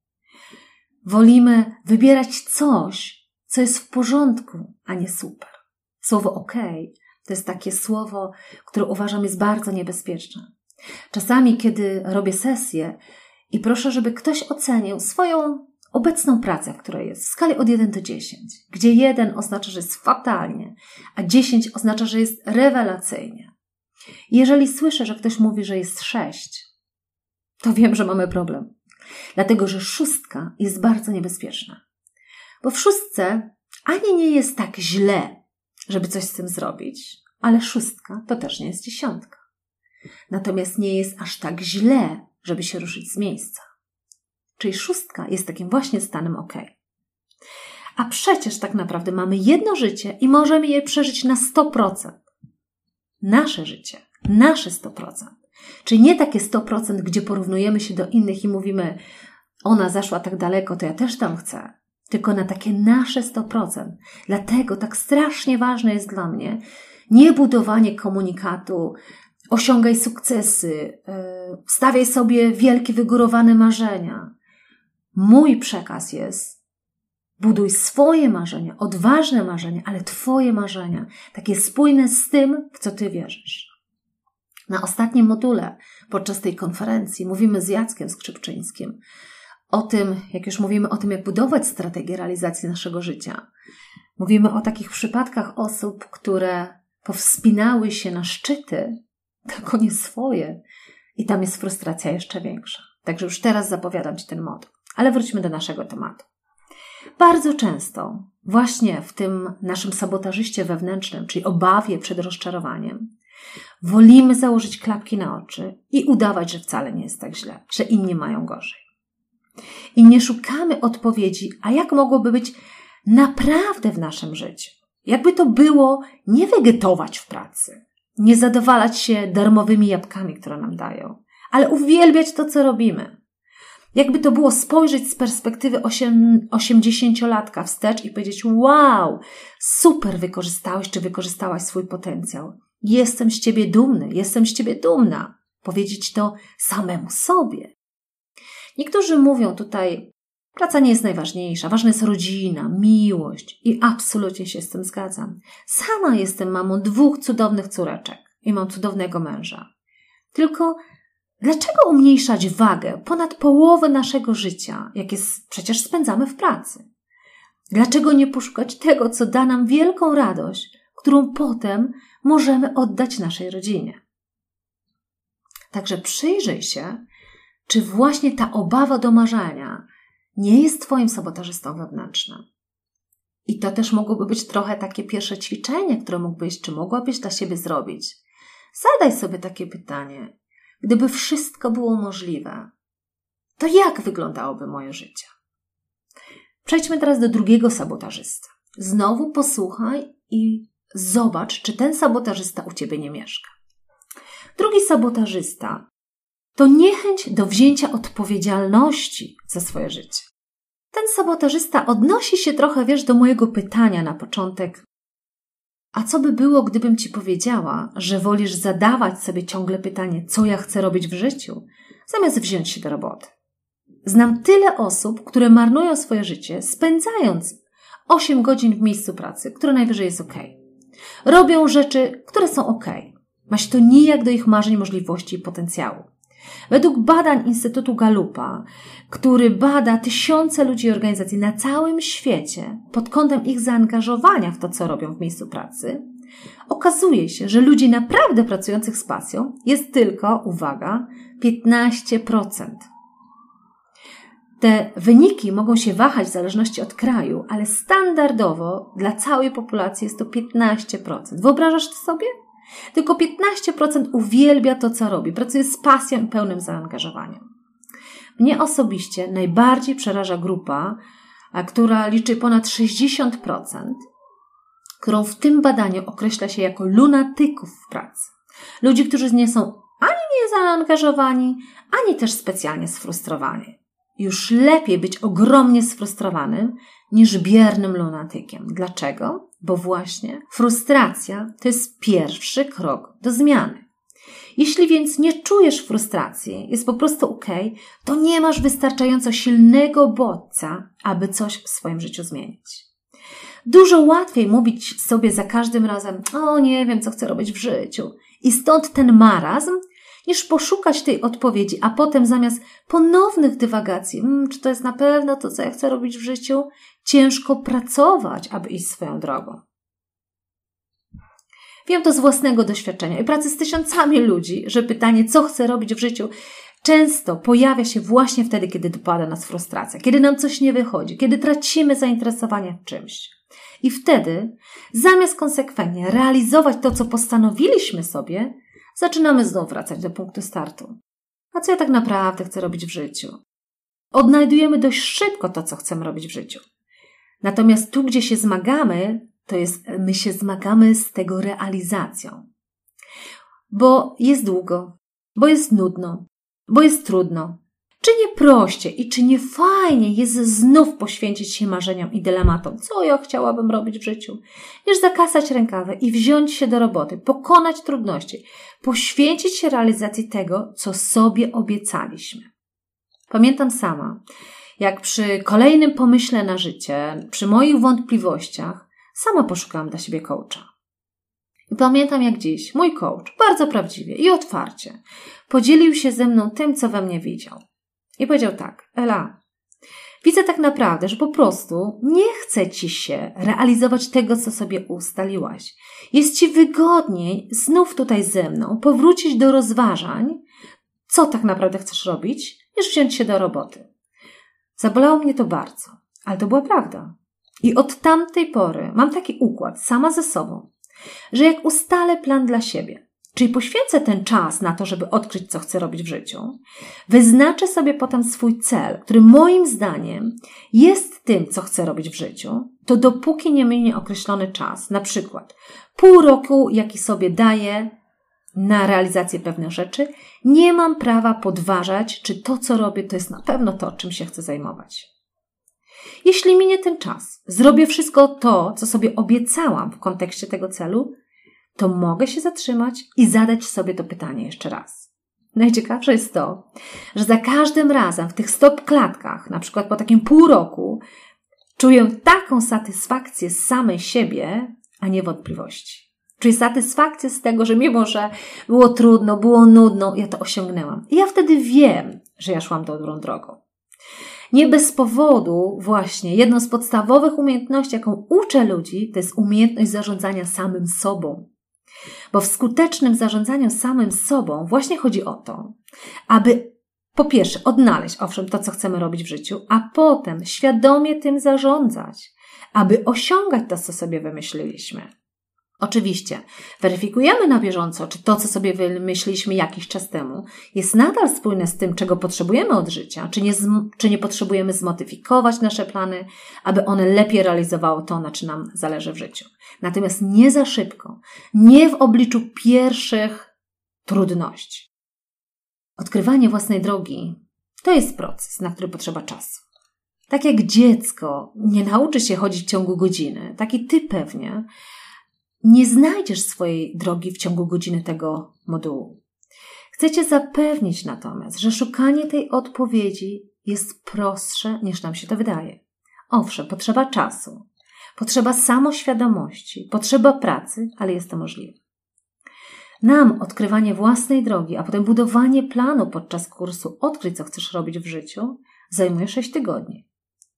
Wolimy wybierać coś, co jest w porządku, a nie super. Słowo okej to jest takie słowo, które uważam jest bardzo niebezpieczne. Czasami, kiedy robię sesję i proszę, żeby ktoś ocenił swoją obecną pracę, która jest w skali od 1 do 10, gdzie 1 oznacza, że jest fatalnie, a 10 oznacza, że jest rewelacyjnie. Jeżeli słyszę, że ktoś mówi, że jest 6, to wiem, że mamy problem. Dlatego, że 6 jest bardzo niebezpieczna. Bo w 6 ani nie jest tak źle, żeby coś z tym zrobić, ale 6 to też nie jest 10. Natomiast nie jest aż tak źle, żeby się ruszyć z miejsca. Czyli 6 jest takim właśnie stanem okej. A przecież tak naprawdę mamy jedno życie i możemy je przeżyć na 100%. Nasze życie, nasze 100%. Czyli nie takie 100%, gdzie porównujemy się do innych i mówimy, ona zaszła tak daleko, to ja też tam chcę. Tylko na takie nasze 100%. Dlatego tak strasznie ważne jest dla mnie nie budowanie komunikatu, osiągaj sukcesy, stawiaj sobie wielkie, wygórowane marzenia. Mój przekaz jest, buduj swoje marzenia, odważne marzenia, ale twoje marzenia, takie spójne z tym, w co ty wierzysz. Na ostatnim module, podczas tej konferencji, mówimy z Jackiem Skrzypczyńskim o tym, jak już mówimy o tym, jak budować strategię realizacji naszego życia. Mówimy o takich przypadkach osób, które powspinały się na szczyty, tylko nie swoje. I tam jest frustracja jeszcze większa. Także już teraz zapowiadam ci ten moduł. Ale wróćmy do naszego tematu. Bardzo często właśnie w tym naszym sabotażyście wewnętrznym, czyli obawie przed rozczarowaniem, wolimy założyć klapki na oczy i udawać, że wcale nie jest tak źle, że inni mają gorzej. I nie szukamy odpowiedzi, a jak mogłoby być naprawdę w naszym życiu. Jakby to było nie wegetować w pracy, nie zadowalać się darmowymi jabłkami, które nam dają, ale uwielbiać to, co robimy. Jakby to było spojrzeć z perspektywy 80-latka wstecz i powiedzieć, wow, super wykorzystałeś czy wykorzystałaś swój potencjał. Jestem z ciebie dumny, jestem z ciebie dumna. Powiedzieć to samemu sobie. Niektórzy mówią tutaj Praca nie jest najważniejsza, ważna jest rodzina, miłość i absolutnie się z tym zgadzam. Sama jestem mamą 2 cudownych córeczek i mam cudownego męża. Tylko dlaczego umniejszać wagę ponad połowę naszego życia, jakie przecież spędzamy w pracy? Dlaczego nie poszukać tego, co da nam wielką radość, którą potem możemy oddać naszej rodzinie? Także przyjrzyj się, czy właśnie ta obawa do marzenia nie jest twoim sabotażystą wewnętrznym. I to też mogłoby być trochę takie pierwsze ćwiczenie, które mógłbyś, czy mogłabyś dla siebie zrobić. Zadaj sobie takie pytanie. Gdyby wszystko było możliwe, to jak wyglądałoby moje życie? Przejdźmy teraz do drugiego sabotażysty. Znowu posłuchaj i zobacz, czy ten sabotażysta u ciebie nie mieszka. Drugi sabotażysta to niechęć do wzięcia odpowiedzialności za swoje życie. Ten sabotażysta odnosi się trochę, do mojego pytania na początek. A co by było, gdybym ci powiedziała, że wolisz zadawać sobie ciągle pytanie, co ja chcę robić w życiu, zamiast wziąć się do roboty? Znam tyle osób, które marnują swoje życie, spędzając 8 godzin w miejscu pracy, które najwyżej jest okej. Robią rzeczy, które są okej. Ma się to nijak do ich marzeń, możliwości i potencjału. Według badań Instytutu Gallupa, który bada tysiące ludzi i organizacji na całym świecie pod kątem ich zaangażowania w to, co robią w miejscu pracy, okazuje się, że ludzi naprawdę pracujących z pasją jest tylko, uwaga, 15%. Te wyniki mogą się wahać w zależności od kraju, ale standardowo dla całej populacji jest to 15%. Wyobrażasz to sobie? Tylko 15% uwielbia to, co robi. Pracuje z pasją i pełnym zaangażowaniem. Mnie osobiście najbardziej przeraża grupa, która liczy ponad 60%, którą w tym badaniu określa się jako lunatyków w pracy. Ludzi, którzy nie są ani niezaangażowani, ani też specjalnie sfrustrowani. Już lepiej być ogromnie sfrustrowanym niż biernym lunatykiem. Dlaczego? Bo właśnie frustracja to jest pierwszy krok do zmiany. Jeśli więc nie czujesz frustracji, jest po prostu okej, to nie masz wystarczająco silnego bodźca, aby coś w swoim życiu zmienić. Dużo łatwiej mówić sobie za każdym razem, nie wiem, co chcę robić w życiu. I stąd ten marazm, niż poszukać tej odpowiedzi, a potem zamiast ponownych dywagacji, czy to jest na pewno to, co ja chcę robić w życiu, ciężko pracować, aby iść swoją drogą. Wiem to z własnego doświadczenia i pracy z tysiącami ludzi, że pytanie, co chcę robić w życiu, często pojawia się właśnie wtedy, kiedy dopada nas frustracja, kiedy nam coś nie wychodzi, kiedy tracimy zainteresowanie czymś. I wtedy, zamiast konsekwentnie realizować to, co postanowiliśmy sobie, zaczynamy znów wracać do punktu startu. A co ja tak naprawdę chcę robić w życiu? Odnajdujemy dość szybko to, co chcemy robić w życiu. Natomiast tu, gdzie się zmagamy, to jest, my się zmagamy z tego realizacją. Bo jest długo, bo jest nudno, bo jest trudno. Czy nie prościej i czy nie fajnie jest znów poświęcić się marzeniom i dylematom, co ja chciałabym robić w życiu, niż zakasać rękawy i wziąć się do roboty, pokonać trudności, poświęcić się realizacji tego, co sobie obiecaliśmy. Pamiętam sama, jak przy kolejnym pomyśle na życie, przy moich wątpliwościach, sama poszukałam dla siebie coacha. I pamiętam jak dziś, mój coach, bardzo prawdziwie i otwarcie, podzielił się ze mną tym, co we mnie widział. I powiedział tak, Ela, widzę tak naprawdę, że po prostu nie chce ci się realizować tego, co sobie ustaliłaś. Jest ci wygodniej znów tutaj ze mną powrócić do rozważań, co tak naprawdę chcesz robić, niż wziąć się do roboty. Zabolało mnie to bardzo, ale to była prawda. I od tamtej pory mam taki układ sama ze sobą, że jak ustalę plan dla siebie, czyli poświęcę ten czas na to, żeby odkryć, co chcę robić w życiu, wyznaczę sobie potem swój cel, który moim zdaniem jest tym, co chcę robić w życiu, to dopóki nie minie określony czas, na przykład pół roku, jaki sobie daję na realizację pewnych rzeczy, nie mam prawa podważać, czy to, co robię, to jest na pewno to, czym się chcę zajmować. Jeśli minie ten czas, zrobię wszystko to, co sobie obiecałam w kontekście tego celu, to mogę się zatrzymać i zadać sobie to pytanie jeszcze raz. Najciekawsze jest to, że za każdym razem w tych stop klatkach, na przykład po takim pół roku, czuję taką satysfakcję z samej siebie, a nie wątpliwości. Czuję satysfakcję z tego, że mimo, że było trudno, było nudno, ja to osiągnęłam. I ja wtedy wiem, że ja szłam dobrą drogą. Nie bez powodu właśnie jedną z podstawowych umiejętności, jaką uczę ludzi, to jest umiejętność zarządzania samym sobą. Bo w skutecznym zarządzaniu samym sobą właśnie chodzi o to, aby po pierwsze odnaleźć, owszem, to, co chcemy robić w życiu, a potem świadomie tym zarządzać, aby osiągać to, co sobie wymyśliliśmy. Oczywiście weryfikujemy na bieżąco, czy to, co sobie wymyśliliśmy jakiś czas temu, jest nadal spójne z tym, czego potrzebujemy od życia, czy nie potrzebujemy zmodyfikować nasze plany, aby one lepiej realizowały to, na czym nam zależy w życiu. Natomiast nie za szybko, nie w obliczu pierwszych trudności. Odkrywanie własnej drogi to jest proces, na który potrzeba czasu. Tak jak dziecko nie nauczy się chodzić w ciągu godziny, tak i ty pewnie nie znajdziesz swojej drogi w ciągu godziny tego modułu. Chcę cię zapewnić natomiast, że szukanie tej odpowiedzi jest prostsze, niż nam się to wydaje. Owszem, potrzeba czasu, potrzeba samoświadomości, potrzeba pracy, ale jest to możliwe. Nam odkrywanie własnej drogi, a potem budowanie planu podczas kursu Odkryj, co chcesz robić w życiu, zajmuje 6 tygodni.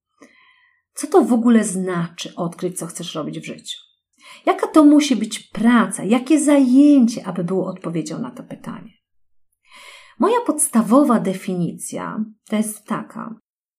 Co to w ogóle znaczy odkryć, co chcesz robić w życiu? Jaka to musi być praca? Jakie zajęcie, aby było odpowiedzią na to pytanie? Moja podstawowa definicja to jest taka,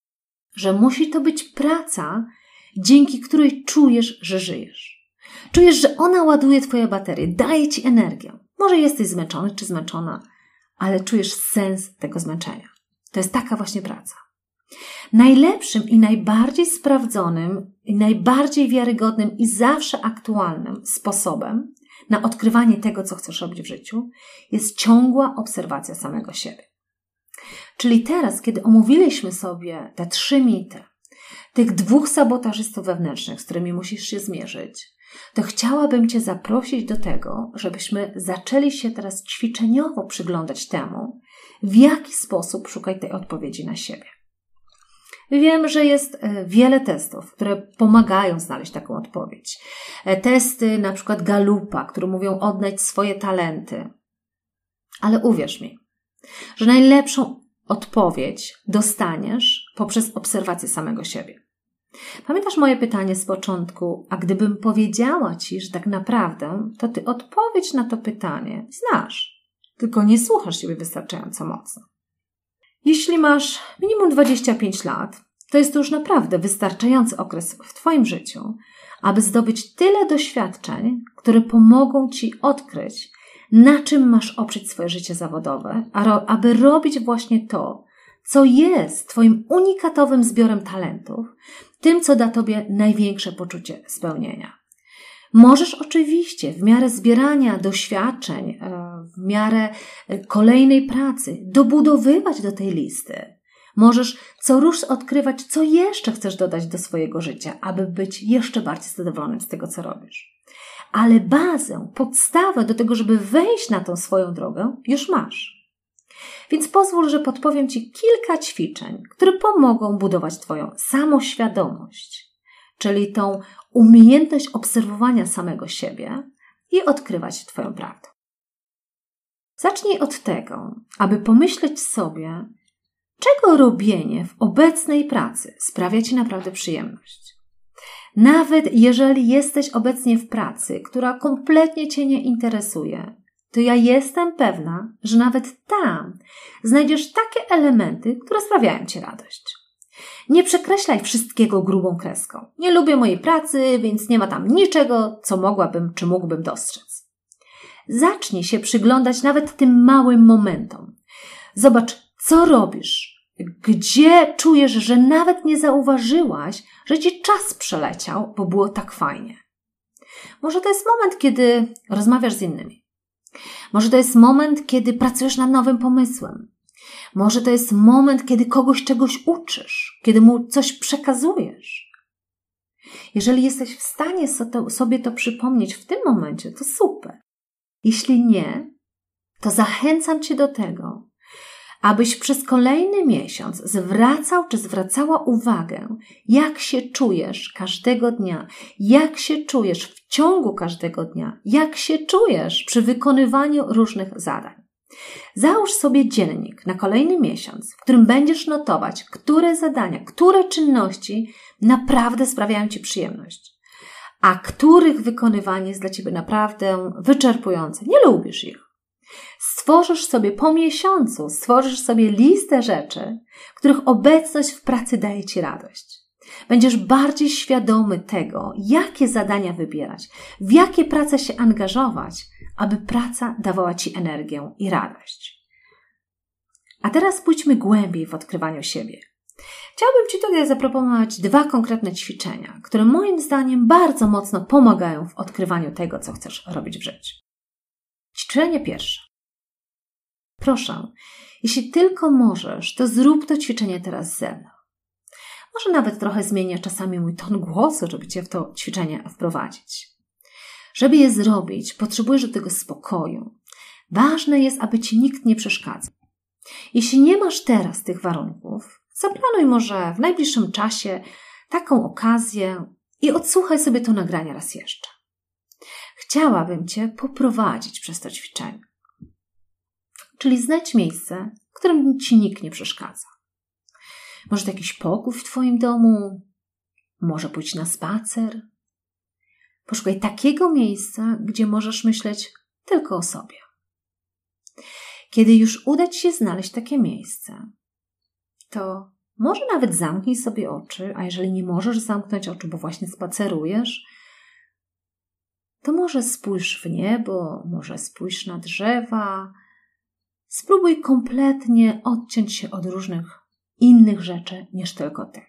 że musi to być praca, dzięki której czujesz, że żyjesz. Czujesz, że ona ładuje twoje baterie, daje ci energię. Może jesteś zmęczony czy zmęczona, ale czujesz sens tego zmęczenia. To jest taka właśnie praca. Najlepszym i najbardziej sprawdzonym i najbardziej wiarygodnym i zawsze aktualnym sposobem na odkrywanie tego, co chcesz robić w życiu, jest ciągła obserwacja samego siebie. Czyli teraz, kiedy omówiliśmy sobie te 3 mity, tych 2 sabotażystów wewnętrznych, z którymi musisz się zmierzyć, to chciałabym cię zaprosić do tego, żebyśmy zaczęli się teraz ćwiczeniowo przyglądać temu, w jaki sposób szukać tej odpowiedzi na siebie. Wiem, że jest wiele testów, które pomagają znaleźć taką odpowiedź. Testy na przykład Gallupa, które mówią odnajdź swoje talenty. Ale uwierz mi, że najlepszą odpowiedź dostaniesz poprzez obserwację samego siebie. Pamiętasz moje pytanie z początku, a gdybym powiedziała ci, że tak naprawdę, to ty odpowiedź na to pytanie znasz, tylko nie słuchasz siebie wystarczająco mocno. Jeśli masz minimum 25 lat, to jest to już naprawdę wystarczający okres w twoim życiu, aby zdobyć tyle doświadczeń, które pomogą ci odkryć, na czym masz oprzeć swoje życie zawodowe, aby robić właśnie to, co jest twoim unikatowym zbiorem talentów, tym, co da tobie największe poczucie spełnienia. Możesz oczywiście w miarę zbierania doświadczeń, w miarę kolejnej pracy dobudowywać do tej listy. Możesz co rusz odkrywać, co jeszcze chcesz dodać do swojego życia, aby być jeszcze bardziej zadowolonym z tego, co robisz. Ale bazę, podstawę do tego, żeby wejść na tą swoją drogę, już masz. Więc pozwól, że podpowiem ci kilka ćwiczeń, które pomogą budować twoją samoświadomość, czyli tą umiejętność obserwowania samego siebie i odkrywać twoją prawdę. Zacznij od tego, aby pomyśleć sobie, czego robienie w obecnej pracy sprawia ci naprawdę przyjemność. Nawet jeżeli jesteś obecnie w pracy, która kompletnie cię nie interesuje, to ja jestem pewna, że nawet tam znajdziesz takie elementy, które sprawiają ci radość. Nie przekreślaj wszystkiego grubą kreską. Nie lubię mojej pracy, więc nie ma tam niczego, co mogłabym czy mógłbym dostrzec. Zacznij się przyglądać nawet tym małym momentom. Zobacz, co robisz, gdzie czujesz, że nawet nie zauważyłaś, że ci czas przeleciał, bo było tak fajnie. Może to jest moment, kiedy rozmawiasz z innymi. Może to jest moment, kiedy pracujesz nad nowym pomysłem. Może to jest moment, kiedy kogoś czegoś uczysz, kiedy mu coś przekazujesz. Jeżeli jesteś w stanie sobie to przypomnieć w tym momencie, to super. Jeśli nie, to zachęcam Cię do tego, abyś przez kolejny miesiąc zwracał czy zwracała uwagę, jak się czujesz każdego dnia, jak się czujesz w ciągu każdego dnia, jak się czujesz przy wykonywaniu różnych zadań. Załóż sobie dziennik na kolejny miesiąc, w którym będziesz notować, które zadania, które czynności naprawdę sprawiają Ci przyjemność, a których wykonywanie jest dla Ciebie naprawdę wyczerpujące. Nie lubisz ich. Stworzysz sobie po miesiącu, stworzysz sobie listę rzeczy, których obecność w pracy daje Ci radość. Będziesz bardziej świadomy tego, jakie zadania wybierać, w jakie prace się angażować, aby praca dawała Ci energię i radość. A teraz pójdźmy głębiej w odkrywaniu siebie. Chciałabym Ci tutaj zaproponować 2 konkretne ćwiczenia, które moim zdaniem bardzo mocno pomagają w odkrywaniu tego, co chcesz robić w życiu. Ćwiczenie pierwsze. Proszę, jeśli tylko możesz, to zrób to ćwiczenie teraz ze mną. Może nawet trochę zmienię czasami mój ton głosu, żeby Cię w to ćwiczenie wprowadzić. Żeby je zrobić, potrzebujesz do tego spokoju. Ważne jest, aby Ci nikt nie przeszkadzał. Jeśli nie masz teraz tych warunków, zaplanuj może w najbliższym czasie taką okazję i odsłuchaj sobie to nagranie raz jeszcze. Chciałabym Cię poprowadzić przez to ćwiczenie. Czyli znajdź miejsce, w którym Ci nikt nie przeszkadza. Może to jakiś pokój w Twoim domu, może pójść na spacer. Poszukaj takiego miejsca, gdzie możesz myśleć tylko o sobie. Kiedy już uda Ci się znaleźć takie miejsce, to może nawet zamknij sobie oczy, a jeżeli nie możesz zamknąć oczu, bo właśnie spacerujesz, to może spójrz w niebo, może spójrz na drzewa. Spróbuj kompletnie odciąć się od różnych innych rzeczy niż tylko Ty.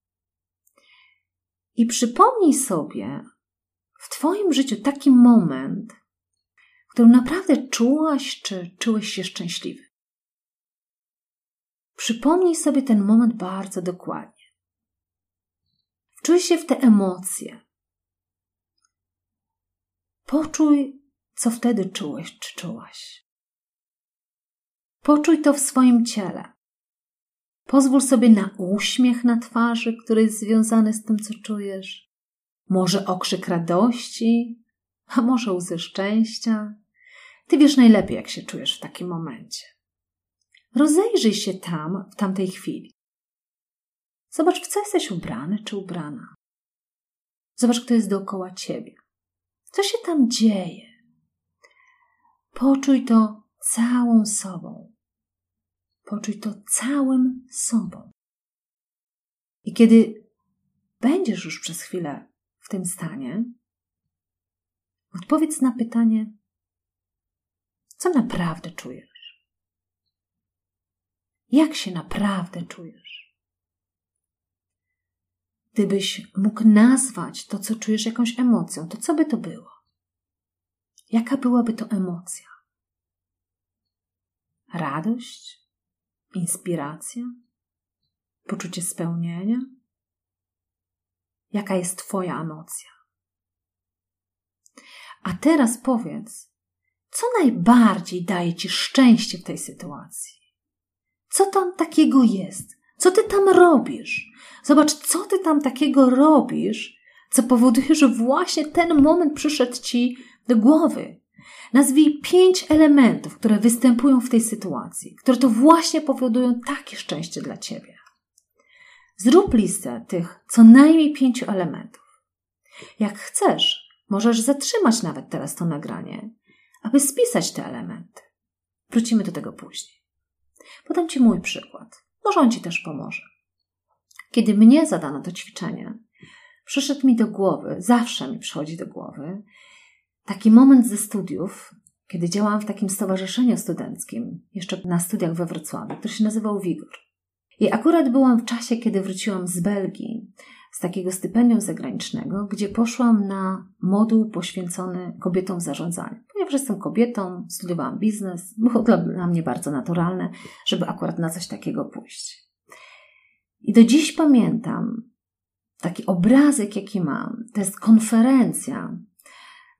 I przypomnij sobie w Twoim życiu taki moment, w którym naprawdę czułaś czy czułeś się szczęśliwy. Przypomnij sobie ten moment bardzo dokładnie. Wczuj się w te emocje. Poczuj, co wtedy czułeś czy czułaś. Poczuj to w swoim ciele. Pozwól sobie na uśmiech na twarzy, który jest związany z tym, co czujesz. Może okrzyk radości, a może łzy szczęścia. Ty wiesz najlepiej, jak się czujesz w takim momencie. Rozejrzyj się tam, w tamtej chwili. Zobacz, w co jesteś ubrany czy ubrana. Zobacz, kto jest dookoła Ciebie. Co się tam dzieje? Poczuj to całą sobą. Poczuj to całym sobą. I kiedy będziesz już przez chwilę w tym stanie, odpowiedz na pytanie, co naprawdę czujesz? Jak się naprawdę czujesz? Gdybyś mógł nazwać to, co czujesz, jakąś emocją, to co by to było? Jaka byłaby to emocja? Radość? Inspiracja? Poczucie spełnienia? Jaka jest Twoja emocja? A teraz powiedz, co najbardziej daje Ci szczęście w tej sytuacji? Co tam takiego jest? Co Ty tam robisz? Zobacz, co Ty tam takiego robisz, co powoduje, że właśnie ten moment przyszedł Ci do głowy. Nazwij 5 elementów, które występują w tej sytuacji, które to właśnie powodują takie szczęście dla Ciebie. Zrób listę tych co najmniej 5 elementów. Jak chcesz, możesz zatrzymać nawet teraz to nagranie, aby spisać te elementy. Wrócimy do tego później. Podam Ci mój przykład. Może on Ci też pomoże. Kiedy mnie zadano to ćwiczenie, przyszedł mi do głowy, zawsze mi przychodzi do głowy, taki moment ze studiów, kiedy działałam w takim stowarzyszeniu studenckim, jeszcze na studiach we Wrocławiu, który się nazywał Wigor. I akurat byłam w czasie, kiedy wróciłam z Belgii, z takiego stypendium zagranicznego, gdzie poszłam na moduł poświęcony kobietom w zarządzaniu. Ponieważ jestem kobietą, studiowałam biznes, było dla mnie bardzo naturalne, żeby akurat na coś takiego pójść. I do dziś pamiętam taki obrazek, jaki mam. To jest konferencja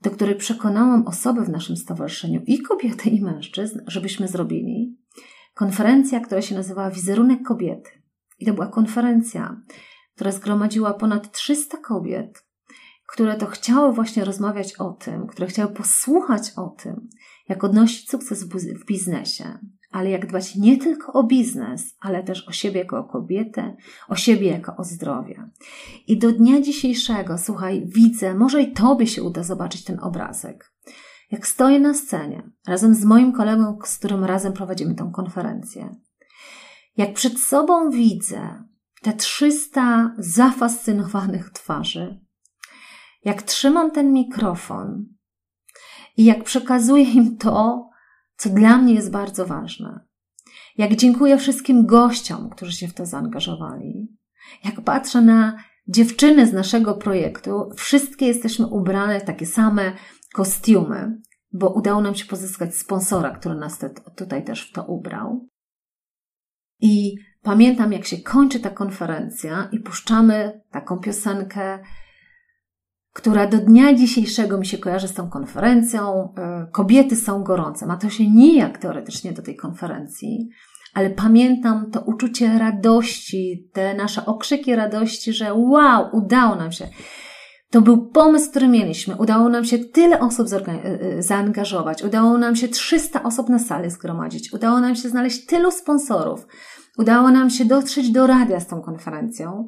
do której przekonałam osoby w naszym stowarzyszeniu, i kobiety, i mężczyzn, żebyśmy zrobili. Konferencja, która się nazywała Wizerunek Kobiety. I to była konferencja, która zgromadziła ponad 300 kobiet, które to chciały właśnie rozmawiać o tym, które chciały posłuchać o tym, jak odnosić sukces w biznesie, ale jak dbać nie tylko o biznes, ale też o siebie jako o kobietę, o siebie jako o zdrowie. I do dnia dzisiejszego, słuchaj, widzę, może i Tobie się uda zobaczyć ten obrazek. Jak stoję na scenie, razem z moim kolegą, z którym razem prowadzimy tą konferencję, jak przed sobą widzę te 300 zafascynowanych twarzy, jak trzymam ten mikrofon i jak przekazuję im to, co dla mnie jest bardzo ważne. Jak dziękuję wszystkim gościom, którzy się w to zaangażowali. Jak patrzę na dziewczyny z naszego projektu, wszystkie jesteśmy ubrane w takie same kostiumy, bo udało nam się pozyskać sponsora, który nas tutaj też w to ubrał. I pamiętam, jak się kończy ta konferencja i puszczamy taką piosenkę, która do dnia dzisiejszego mi się kojarzy z tą konferencją. Kobiety są gorące. Ma to się nijak teoretycznie do tej konferencji, ale pamiętam to uczucie radości, te nasze okrzyki radości, że wow, udało nam się. To był pomysł, który mieliśmy. Udało nam się tyle osób zaangażować. Udało nam się 300 osób na sali zgromadzić. Udało nam się znaleźć tylu sponsorów. Udało nam się dotrzeć do radia z tą konferencją.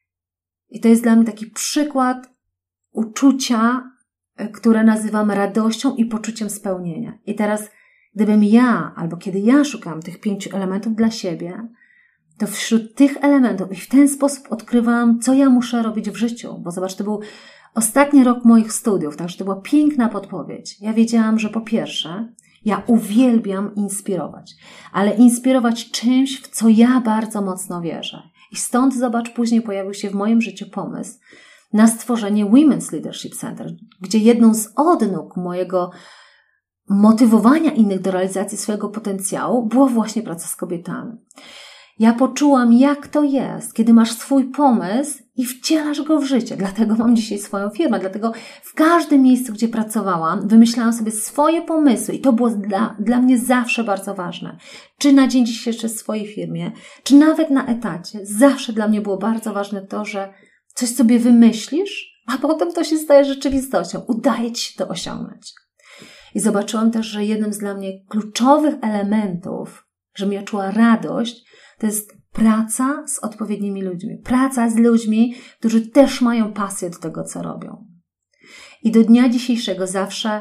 I to jest dla mnie taki przykład uczucia, które nazywam radością i poczuciem spełnienia. I teraz, gdybym ja, albo kiedy ja szukałam tych 5 elementów dla siebie, to wśród tych elementów i w ten sposób odkrywałam, co ja muszę robić w życiu. Bo zobacz, to był ostatni rok moich studiów, także to była piękna podpowiedź. Ja wiedziałam, że po pierwsze, ja uwielbiam inspirować, ale inspirować czymś, w co ja bardzo mocno wierzę. I stąd, zobacz, później pojawił się w moim życiu pomysł na stworzenie Women's Leadership Center, gdzie jedną z odnóg mojego motywowania innych do realizacji swojego potencjału była właśnie praca z kobietami. Ja poczułam, jak to jest, kiedy masz swój pomysł i wcielasz go w życie. Dlatego mam dzisiaj swoją firmę, dlatego w każdym miejscu, gdzie pracowałam, wymyślałam sobie swoje pomysły i to było dla mnie zawsze bardzo ważne. Czy na dzień dzisiejszy w swojej firmie, czy nawet na etacie, zawsze dla mnie było bardzo ważne to, że coś sobie wymyślisz, a potem to się staje rzeczywistością. Udaje Ci się to osiągnąć. I zobaczyłam też, że jednym z dla mnie kluczowych elementów, żebym ja czuła radość, to jest praca z odpowiednimi ludźmi. Praca z ludźmi, którzy też mają pasję do tego, co robią. I do dnia dzisiejszego zawsze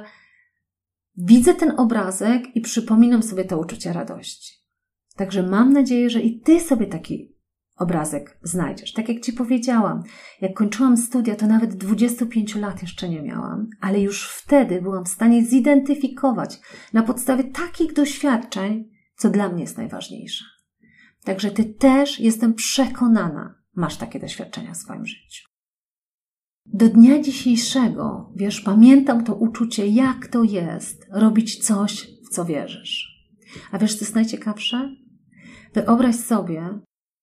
widzę ten obrazek i przypominam sobie to uczucie radości. Także mam nadzieję, że i Ty sobie taki obrazek znajdziesz. Tak jak Ci powiedziałam, jak kończyłam studia, to nawet 25 lat jeszcze nie miałam, ale już wtedy byłam w stanie zidentyfikować na podstawie takich doświadczeń, co dla mnie jest najważniejsze. Także Ty też, jestem przekonana, masz takie doświadczenia w swoim życiu. Do dnia dzisiejszego, wiesz, pamiętam to uczucie, jak to jest robić coś, w co wierzysz. A wiesz, co jest najciekawsze? Wyobraź sobie,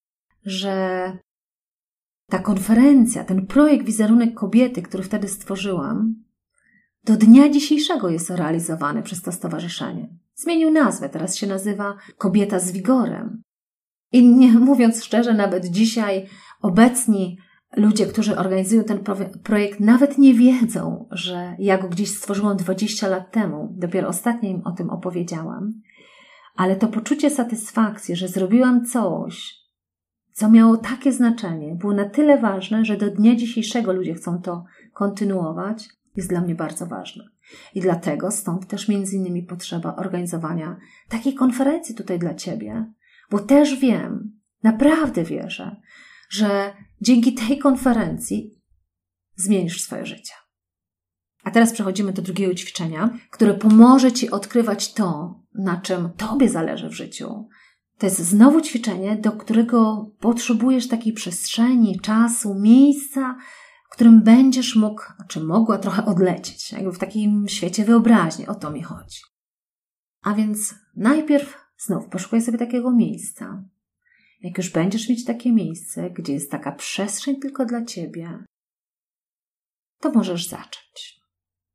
że ta konferencja, ten projekt Wizerunek Kobiety, który wtedy stworzyłam, do dnia dzisiejszego jest realizowany przez to stowarzyszenie. Zmienił nazwę, teraz się nazywa Kobieta z Wigorem. I nie mówiąc szczerze, nawet dzisiaj obecni ludzie, którzy organizują ten projekt, nawet nie wiedzą, że ja go gdzieś stworzyłam 20 lat temu. Dopiero ostatnio im o tym opowiedziałam. Ale to poczucie satysfakcji, że zrobiłam coś, co miało takie znaczenie, było na tyle ważne, że do dnia dzisiejszego ludzie chcą to kontynuować, jest dla mnie bardzo ważne. I dlatego stąd też między innymi potrzeba organizowania takiej konferencji tutaj dla Ciebie, bo też wiem, naprawdę wierzę, że dzięki tej konferencji zmienisz swoje życie. A teraz przechodzimy do drugiego ćwiczenia, które pomoże Ci odkrywać to, na czym Tobie zależy w życiu. To jest znowu ćwiczenie, do którego potrzebujesz takiej przestrzeni, czasu, miejsca, w którym będziesz mógł, czy mogła trochę odlecieć, jakby w takim świecie wyobraźni. O to mi chodzi. A więc najpierw znów poszukuj sobie takiego miejsca. Jak już będziesz mieć takie miejsce, gdzie jest taka przestrzeń tylko dla Ciebie, to możesz zacząć.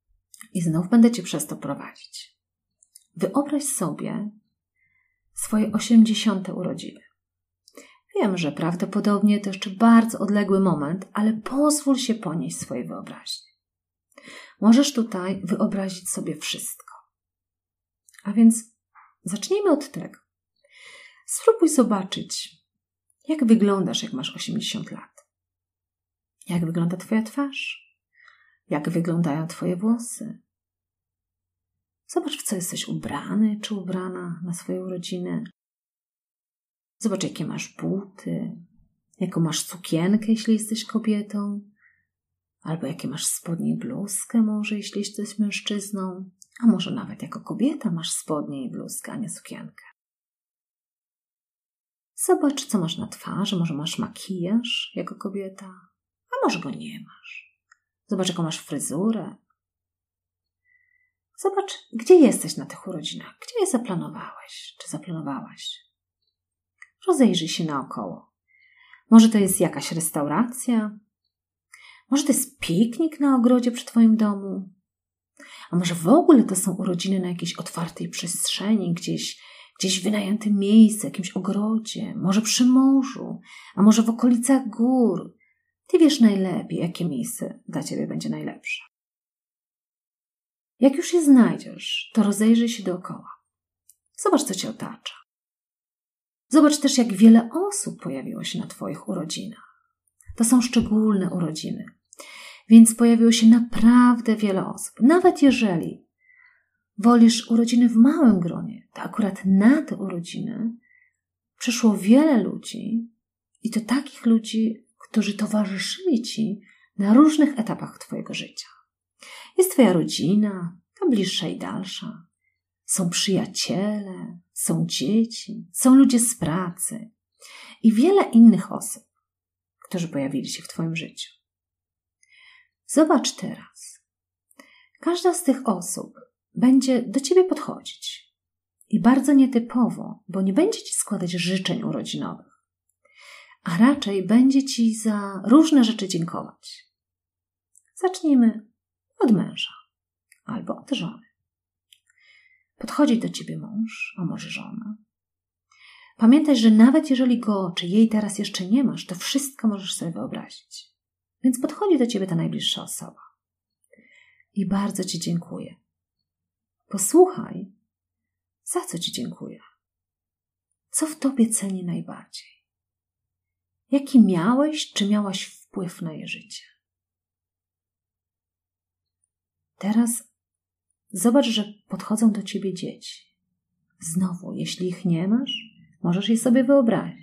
I znów będę Cię przez to prowadzić. Wyobraź sobie swoje 80. urodziny. Wiem, że prawdopodobnie to jeszcze bardzo odległy moment, ale pozwól się ponieść swojej wyobraźni. Możesz tutaj wyobrazić sobie wszystko. A więc zacznijmy od tego. Spróbuj zobaczyć, jak wyglądasz, jak masz 80 lat. Jak wygląda Twoja twarz? Jak wyglądają Twoje włosy? Zobacz, w co jesteś ubrany czy ubrana na swoje urodziny. Zobacz, jakie masz buty, jaką masz sukienkę, jeśli jesteś kobietą, albo jakie masz spodnie i bluzkę może, jeśli jesteś mężczyzną, a może nawet jako kobieta masz spodnie i bluzkę, a nie sukienkę. Zobacz, co masz na twarzy, może masz makijaż jako kobieta, a może go nie masz. Zobacz, jaką masz fryzurę. Zobacz, gdzie jesteś na tych urodzinach, gdzie je zaplanowałeś, czy zaplanowałaś. Rozejrzyj się naokoło. Może to jest jakaś restauracja, może to jest piknik na ogrodzie przy Twoim domu, a może w ogóle to są urodziny na jakiejś otwartej przestrzeni, gdzieś w wynajętym miejscu, jakimś ogrodzie, może przy morzu, a może w okolicach gór. Ty wiesz najlepiej, jakie miejsce dla Ciebie będzie najlepsze. Jak już je znajdziesz, to rozejrzyj się dookoła. Zobacz, co Cię otacza. Zobacz też, jak wiele osób pojawiło się na Twoich urodzinach. To są szczególne urodziny, więc pojawiło się naprawdę wiele osób. Nawet jeżeli wolisz urodziny w małym gronie, to akurat na te urodziny przyszło wiele ludzi i to takich ludzi, którzy towarzyszyli Ci na różnych etapach Twojego życia. Jest Twoja rodzina, ta bliższa i dalsza. Są przyjaciele, są dzieci, są ludzie z pracy i wiele innych osób, którzy pojawili się w Twoim życiu. Zobacz teraz. Każda z tych osób będzie do Ciebie podchodzić i bardzo nietypowo, bo nie będzie Ci składać życzeń urodzinowych, a raczej będzie Ci za różne rzeczy dziękować. Zacznijmy od męża albo od żony. Podchodzi do Ciebie mąż, a może żona. Pamiętaj, że nawet jeżeli go czy jej teraz jeszcze nie masz, to wszystko możesz sobie wyobrazić. Więc podchodzi do Ciebie ta najbliższa osoba. I bardzo Ci dziękuję. Posłuchaj, za co Ci dziękuję. Co w Tobie ceni najbardziej? Jaki miałeś czy miałaś wpływ na jej życie? Teraz zobacz, że podchodzą do Ciebie dzieci. Znowu, jeśli ich nie masz, możesz je sobie wyobrazić.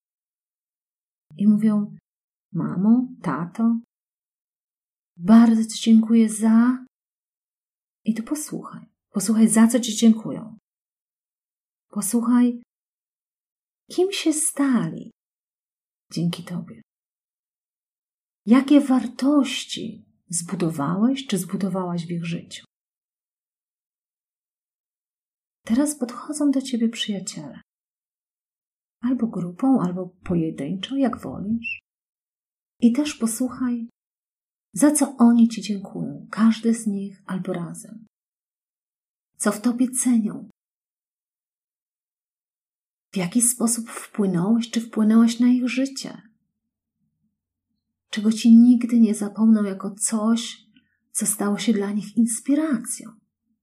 I mówią: mamo, tato, bardzo Ci dziękuję za... I to posłuchaj. Posłuchaj, za co Ci dziękują. Posłuchaj, kim się stali dzięki Tobie. Jakie wartości zbudowałeś czy zbudowałaś w ich życiu. Teraz podchodzą do Ciebie przyjaciele. Albo grupą, albo pojedynczo, jak wolisz. I też posłuchaj, za co oni Ci dziękują, każdy z nich albo razem. Co w Tobie cenią. W jaki sposób wpłynąłeś czy wpłynęłaś na ich życie. Czego Ci nigdy nie zapomną jako coś, co stało się dla nich inspiracją.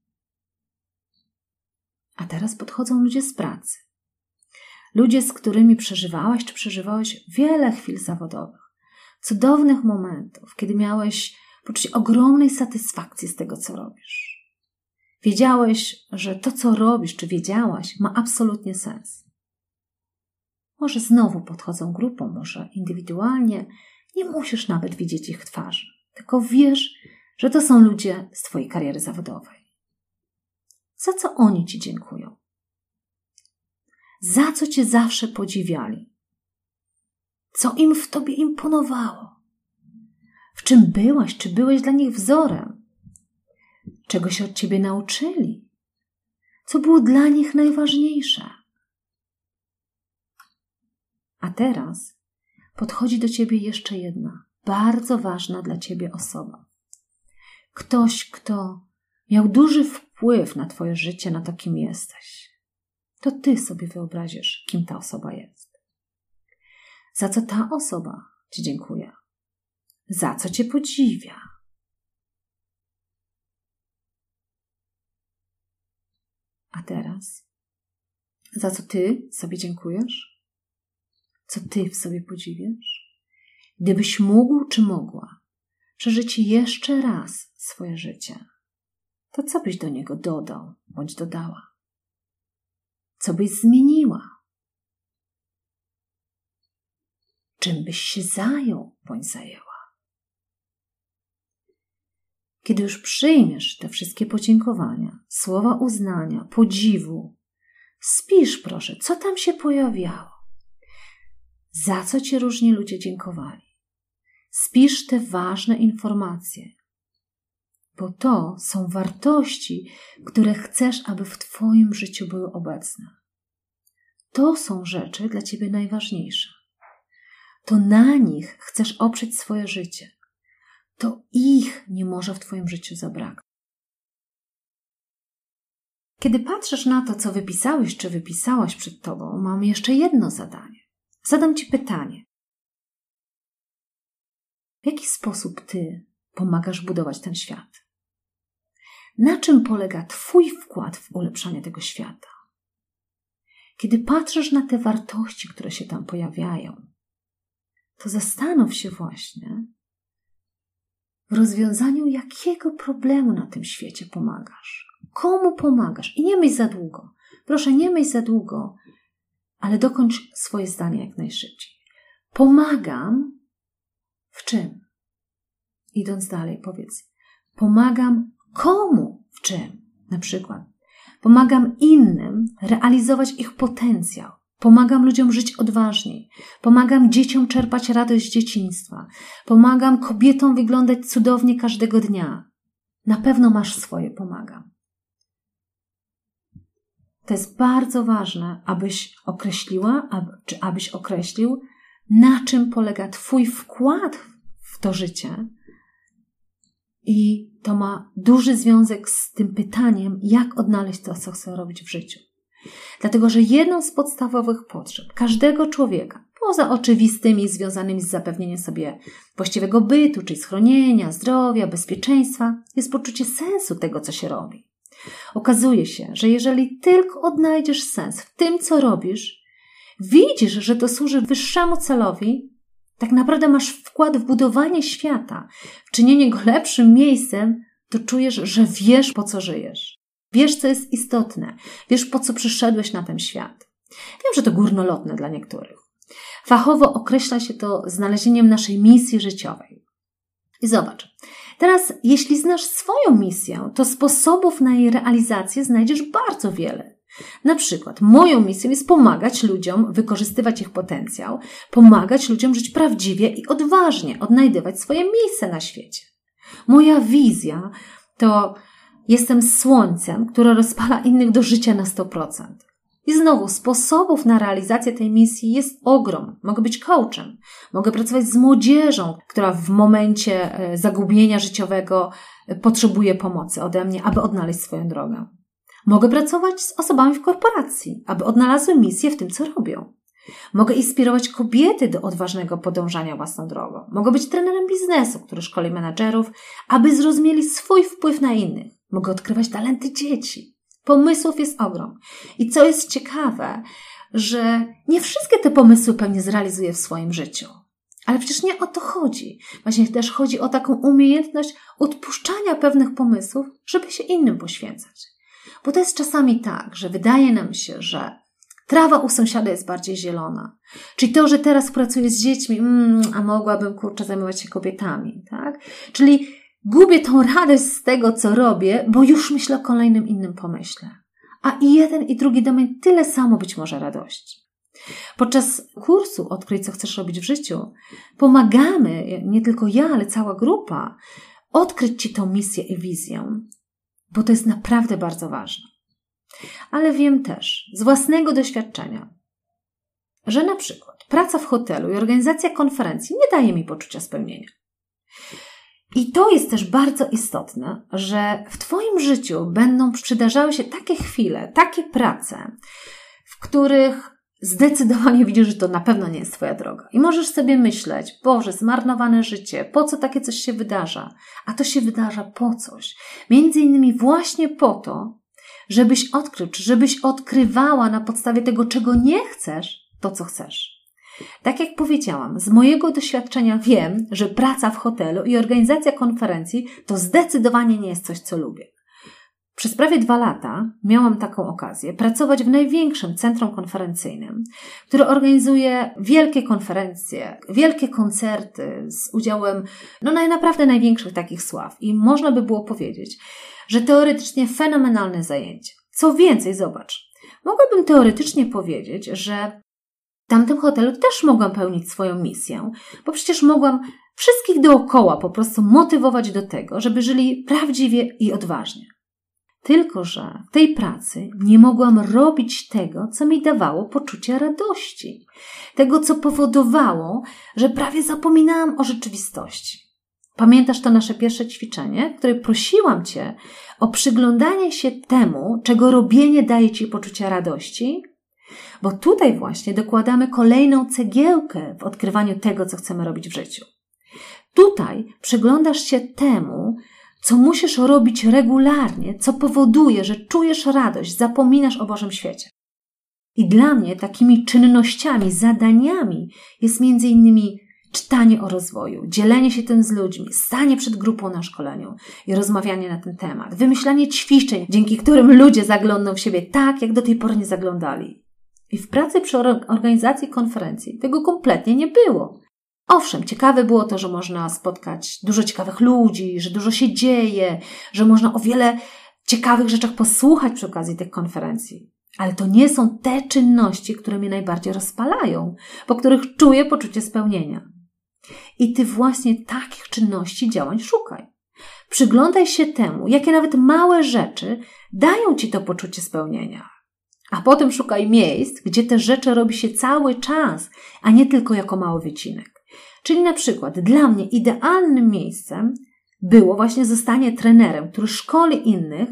A teraz podchodzą ludzie z pracy. Ludzie, z którymi przeżywałaś czy przeżywałeś wiele chwil zawodowych. Cudownych momentów, kiedy miałeś poczucie ogromnej satysfakcji z tego, co robisz. Wiedziałeś, że to, co robisz, czy wiedziałaś, ma absolutnie sens. Może znowu podchodzą grupą, może indywidualnie. Nie musisz nawet widzieć ich twarzy, tylko wiesz, że to są ludzie z Twojej kariery zawodowej. Za co oni Ci dziękują? Za co Cię zawsze podziwiali? Co im w Tobie imponowało? W czym byłaś, czy byłeś dla nich wzorem? Czego się od Ciebie nauczyli? Co było dla nich najważniejsze? A teraz podchodzi do Ciebie jeszcze jedna, bardzo ważna dla Ciebie osoba. Ktoś, kto miał duży wpływ na twoje życie, na to, kim jesteś, to ty sobie wyobrazisz, kim ta osoba jest. Za co ta osoba ci dziękuję? Za co cię podziwia? A teraz? Za co ty sobie dziękujesz? Co ty w sobie podziwiasz? Gdybyś mógł czy mogła przeżyć jeszcze raz swoje życie, to co byś do niego dodał bądź dodała? Co byś zmieniła? Czym byś się zajął bądź zajęła? Kiedy już przyjmiesz te wszystkie podziękowania, słowa uznania, podziwu, spisz proszę, co tam się pojawiało. Za co ci różni ludzie dziękowali. Spisz te ważne informacje, bo to są wartości, które chcesz, aby w twoim życiu były obecne. To są rzeczy dla ciebie najważniejsze. To na nich chcesz oprzeć swoje życie. To ich nie może w twoim życiu zabraknąć. Kiedy patrzysz na to, co wypisałeś czy wypisałaś przed tobą, mam jeszcze jedno zadanie. Zadam ci pytanie. W jaki sposób ty pomagasz budować ten świat? Na czym polega twój wkład w ulepszanie tego świata? Kiedy patrzysz na te wartości, które się tam pojawiają, to zastanów się właśnie w rozwiązaniu jakiego problemu na tym świecie pomagasz. Komu pomagasz? I nie myśl za długo. Proszę, nie myśl za długo, ale dokończ swoje zdanie jak najszybciej. Pomagam w czym? Idąc dalej, powiedz. Pomagam komu w czym? Na przykład pomagam innym realizować ich potencjał. Pomagam ludziom żyć odważniej. Pomagam dzieciom czerpać radość z dzieciństwa. Pomagam kobietom wyglądać cudownie każdego dnia. Na pewno masz swoje pomagam. To jest bardzo ważne, abyś określiła, czy abyś określił, na czym polega twój wkład w to życie. I to ma duży związek z tym pytaniem, jak odnaleźć to, co chcę robić w życiu. Dlatego, że jedną z podstawowych potrzeb każdego człowieka, poza oczywistymi związanymi z zapewnieniem sobie właściwego bytu, czyli schronienia, zdrowia, bezpieczeństwa, jest poczucie sensu tego, co się robi. Okazuje się, że jeżeli tylko odnajdziesz sens w tym, co robisz, widzisz, że to służy wyższemu celowi, tak naprawdę masz wkład w budowanie świata, w czynienie go lepszym miejscem, to czujesz, że wiesz, po co żyjesz. Wiesz, co jest istotne. Wiesz, po co przyszedłeś na ten świat. Wiem, że to górnolotne dla niektórych. Fachowo określa się to znalezieniem naszej misji życiowej. I zobacz, teraz jeśli znasz swoją misję, to sposobów na jej realizację znajdziesz bardzo wiele. Na przykład moją misją jest pomagać ludziom wykorzystywać ich potencjał, pomagać ludziom żyć prawdziwie i odważnie, odnajdywać swoje miejsce na świecie. Moja wizja to jestem słońcem, które rozpala innych do życia na 100%. I znowu, sposobów na realizację tej misji jest ogrom. Mogę być coachem, mogę pracować z młodzieżą, która w momencie zagubienia życiowego potrzebuje pomocy ode mnie, aby odnaleźć swoją drogę. Mogę pracować z osobami w korporacji, aby odnalazły misję w tym, co robią. Mogę inspirować kobiety do odważnego podążania własną drogą. Mogę być trenerem biznesu, który szkoli menadżerów, aby zrozumieli swój wpływ na innych. Mogę odkrywać talenty dzieci. Pomysłów jest ogrom. I co jest ciekawe, że nie wszystkie te pomysły pewnie zrealizuję w swoim życiu. Ale przecież nie o to chodzi. Właśnie też chodzi o taką umiejętność odpuszczania pewnych pomysłów, żeby się innym poświęcać. Bo to jest czasami tak, że wydaje nam się, że trawa u sąsiada jest bardziej zielona. Czyli to, że teraz pracuję z dziećmi, a mogłabym, zajmować się kobietami, tak? Czyli gubię tą radość z tego, co robię, bo już myślę o kolejnym innym pomyśle. A i jeden, i drugi da mi tyle samo być może radości. Podczas kursu Odkryj, co chcesz robić w życiu, pomagamy, nie tylko ja, ale cała grupa, odkryć Ci tą misję i wizję, bo to jest naprawdę bardzo ważne. Ale wiem też z własnego doświadczenia, że na przykład praca w hotelu i organizacja konferencji nie daje mi poczucia spełnienia. I to jest też bardzo istotne, że w Twoim życiu będą przydarzały się takie chwile, takie prace, w których zdecydowanie widzisz, że to na pewno nie jest Twoja droga. I możesz sobie myśleć, Boże, zmarnowane życie, po co takie coś się wydarza? A to się wydarza po coś. Między innymi właśnie po to, żebyś odkrył, czy żebyś odkrywała na podstawie tego, czego nie chcesz, to co chcesz. Tak jak powiedziałam, z mojego doświadczenia wiem, że praca w hotelu i organizacja konferencji to zdecydowanie nie jest coś, co lubię. Przez prawie 2 lata miałam taką okazję pracować w największym centrum konferencyjnym, które organizuje wielkie konferencje, wielkie koncerty z udziałem naprawdę największych takich sław. I można by było powiedzieć, że teoretycznie fenomenalne zajęcie. Co więcej, zobacz, mogłabym teoretycznie powiedzieć, że w tamtym hotelu też mogłam pełnić swoją misję, bo przecież mogłam wszystkich dookoła po prostu motywować do tego, żeby żyli prawdziwie i odważnie. Tylko że w tej pracy nie mogłam robić tego, co mi dawało poczucie radości. Tego, co powodowało, że prawie zapominałam o rzeczywistości. Pamiętasz to nasze pierwsze ćwiczenie, w którym prosiłam Cię o przyglądanie się temu, czego robienie daje Ci poczucie radości? Bo tutaj właśnie dokładamy kolejną cegiełkę w odkrywaniu tego, co chcemy robić w życiu. Tutaj przyglądasz się temu, co musisz robić regularnie, co powoduje, że czujesz radość, zapominasz o Bożym świecie. I dla mnie takimi czynnościami, zadaniami jest między innymi czytanie o rozwoju, dzielenie się tym z ludźmi, stanie przed grupą na szkoleniu i rozmawianie na ten temat, wymyślanie ćwiczeń, dzięki którym ludzie zaglądną w siebie tak, jak do tej pory nie zaglądali. I w pracy przy organizacji konferencji tego kompletnie nie było. Owszem, ciekawe było to, że można spotkać dużo ciekawych ludzi, że dużo się dzieje, że można o wiele ciekawych rzeczach posłuchać przy okazji tych konferencji. Ale to nie są te czynności, które mnie najbardziej rozpalają, po których czuję poczucie spełnienia. I Ty właśnie takich czynności, działań szukaj. Przyglądaj się temu, jakie nawet małe rzeczy dają Ci to poczucie spełnienia. A potem szukaj miejsc, gdzie te rzeczy robi się cały czas, a nie tylko jako mały wycinek. Czyli na przykład dla mnie idealnym miejscem było właśnie zostanie trenerem, który szkoli innych,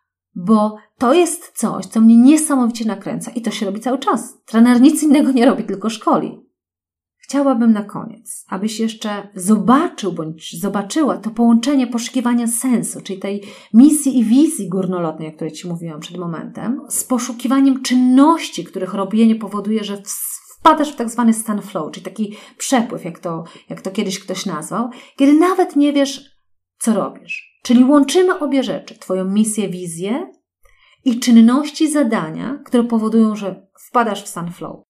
bo to jest coś, co mnie niesamowicie nakręca i to się robi cały czas. Trener nic innego nie robi, tylko szkoli. Chciałabym na koniec, abyś jeszcze zobaczył bądź zobaczyła to połączenie poszukiwania sensu, czyli tej misji i wizji górnolotnej, o której Ci mówiłam przed momentem, z poszukiwaniem czynności, których robienie powoduje, że wpadasz w tak zwany stan flow, czyli taki przepływ, jak to kiedyś ktoś nazwał, kiedy nawet nie wiesz, co robisz. Czyli łączymy obie rzeczy, Twoją misję, wizję i czynności, zadania, które powodują, że wpadasz w stan flow.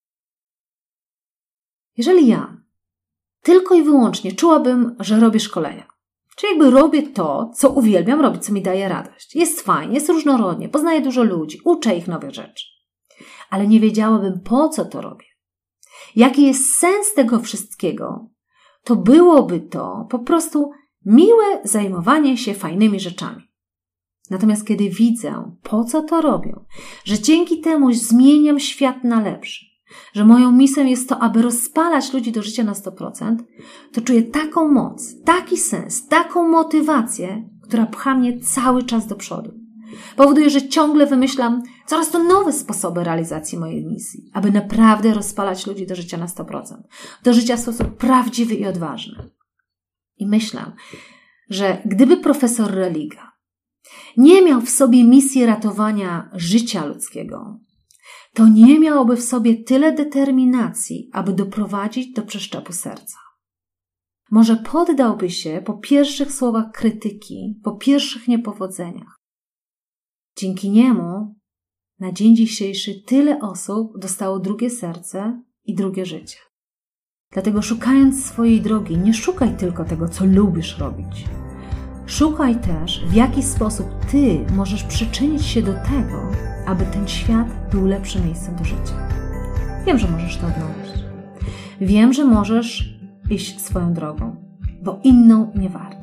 Jeżeli ja tylko i wyłącznie czułabym, że robię szkolenia, czyli jakby robię to, co uwielbiam robić, co mi daje radość. Jest fajnie, jest różnorodnie, poznaję dużo ludzi, uczę ich nowych rzeczy, ale nie wiedziałabym, po co to robię. Jaki jest sens tego wszystkiego, to byłoby to po prostu miłe zajmowanie się fajnymi rzeczami. Natomiast kiedy widzę, po co to robię, że dzięki temu zmieniam świat na lepszy, że moją misją jest to, aby rozpalać ludzi do życia na 100%, to czuję taką moc, taki sens, taką motywację, która pcha mnie cały czas do przodu. Powoduje, że ciągle wymyślam coraz to nowe sposoby realizacji mojej misji, aby naprawdę rozpalać ludzi do życia na 100%, do życia w sposób prawdziwy i odważny. I myślę, że gdyby profesor Religa nie miał w sobie misji ratowania życia ludzkiego, to nie miałoby w sobie tyle determinacji, aby doprowadzić do przeszczepu serca. Może poddałby się po pierwszych słowach krytyki, po pierwszych niepowodzeniach. Dzięki niemu na dzień dzisiejszy tyle osób dostało drugie serce i drugie życie. Dlatego szukając swojej drogi, nie szukaj tylko tego, co lubisz robić. Szukaj też, w jaki sposób Ty możesz przyczynić się do tego, aby ten świat był lepszym miejscem do życia. Wiem, że możesz to odnaleźć. Wiem, że możesz iść swoją drogą, bo inną nie warto.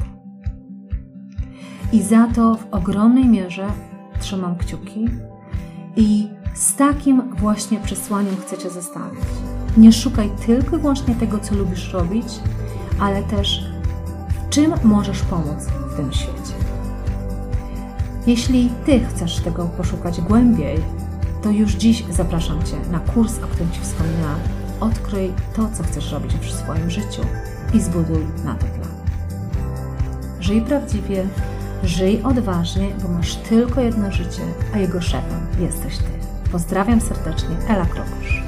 I za to w ogromnej mierze trzymam kciuki i z takim właśnie przesłaniem chcę Cię zostawić. Nie szukaj tylko i wyłącznie tego, co lubisz robić, ale też w czym możesz pomóc w tym świecie. Jeśli Ty chcesz tego poszukać głębiej, to już dziś zapraszam Cię na kurs, o którym Ci wspominałam. Odkryj to, co chcesz robić w swoim życiu i zbuduj na to plan. Żyj prawdziwie, żyj odważnie, bo masz tylko jedno życie, a jego szefem jesteś Ty. Pozdrawiam serdecznie, Ela Krokusz.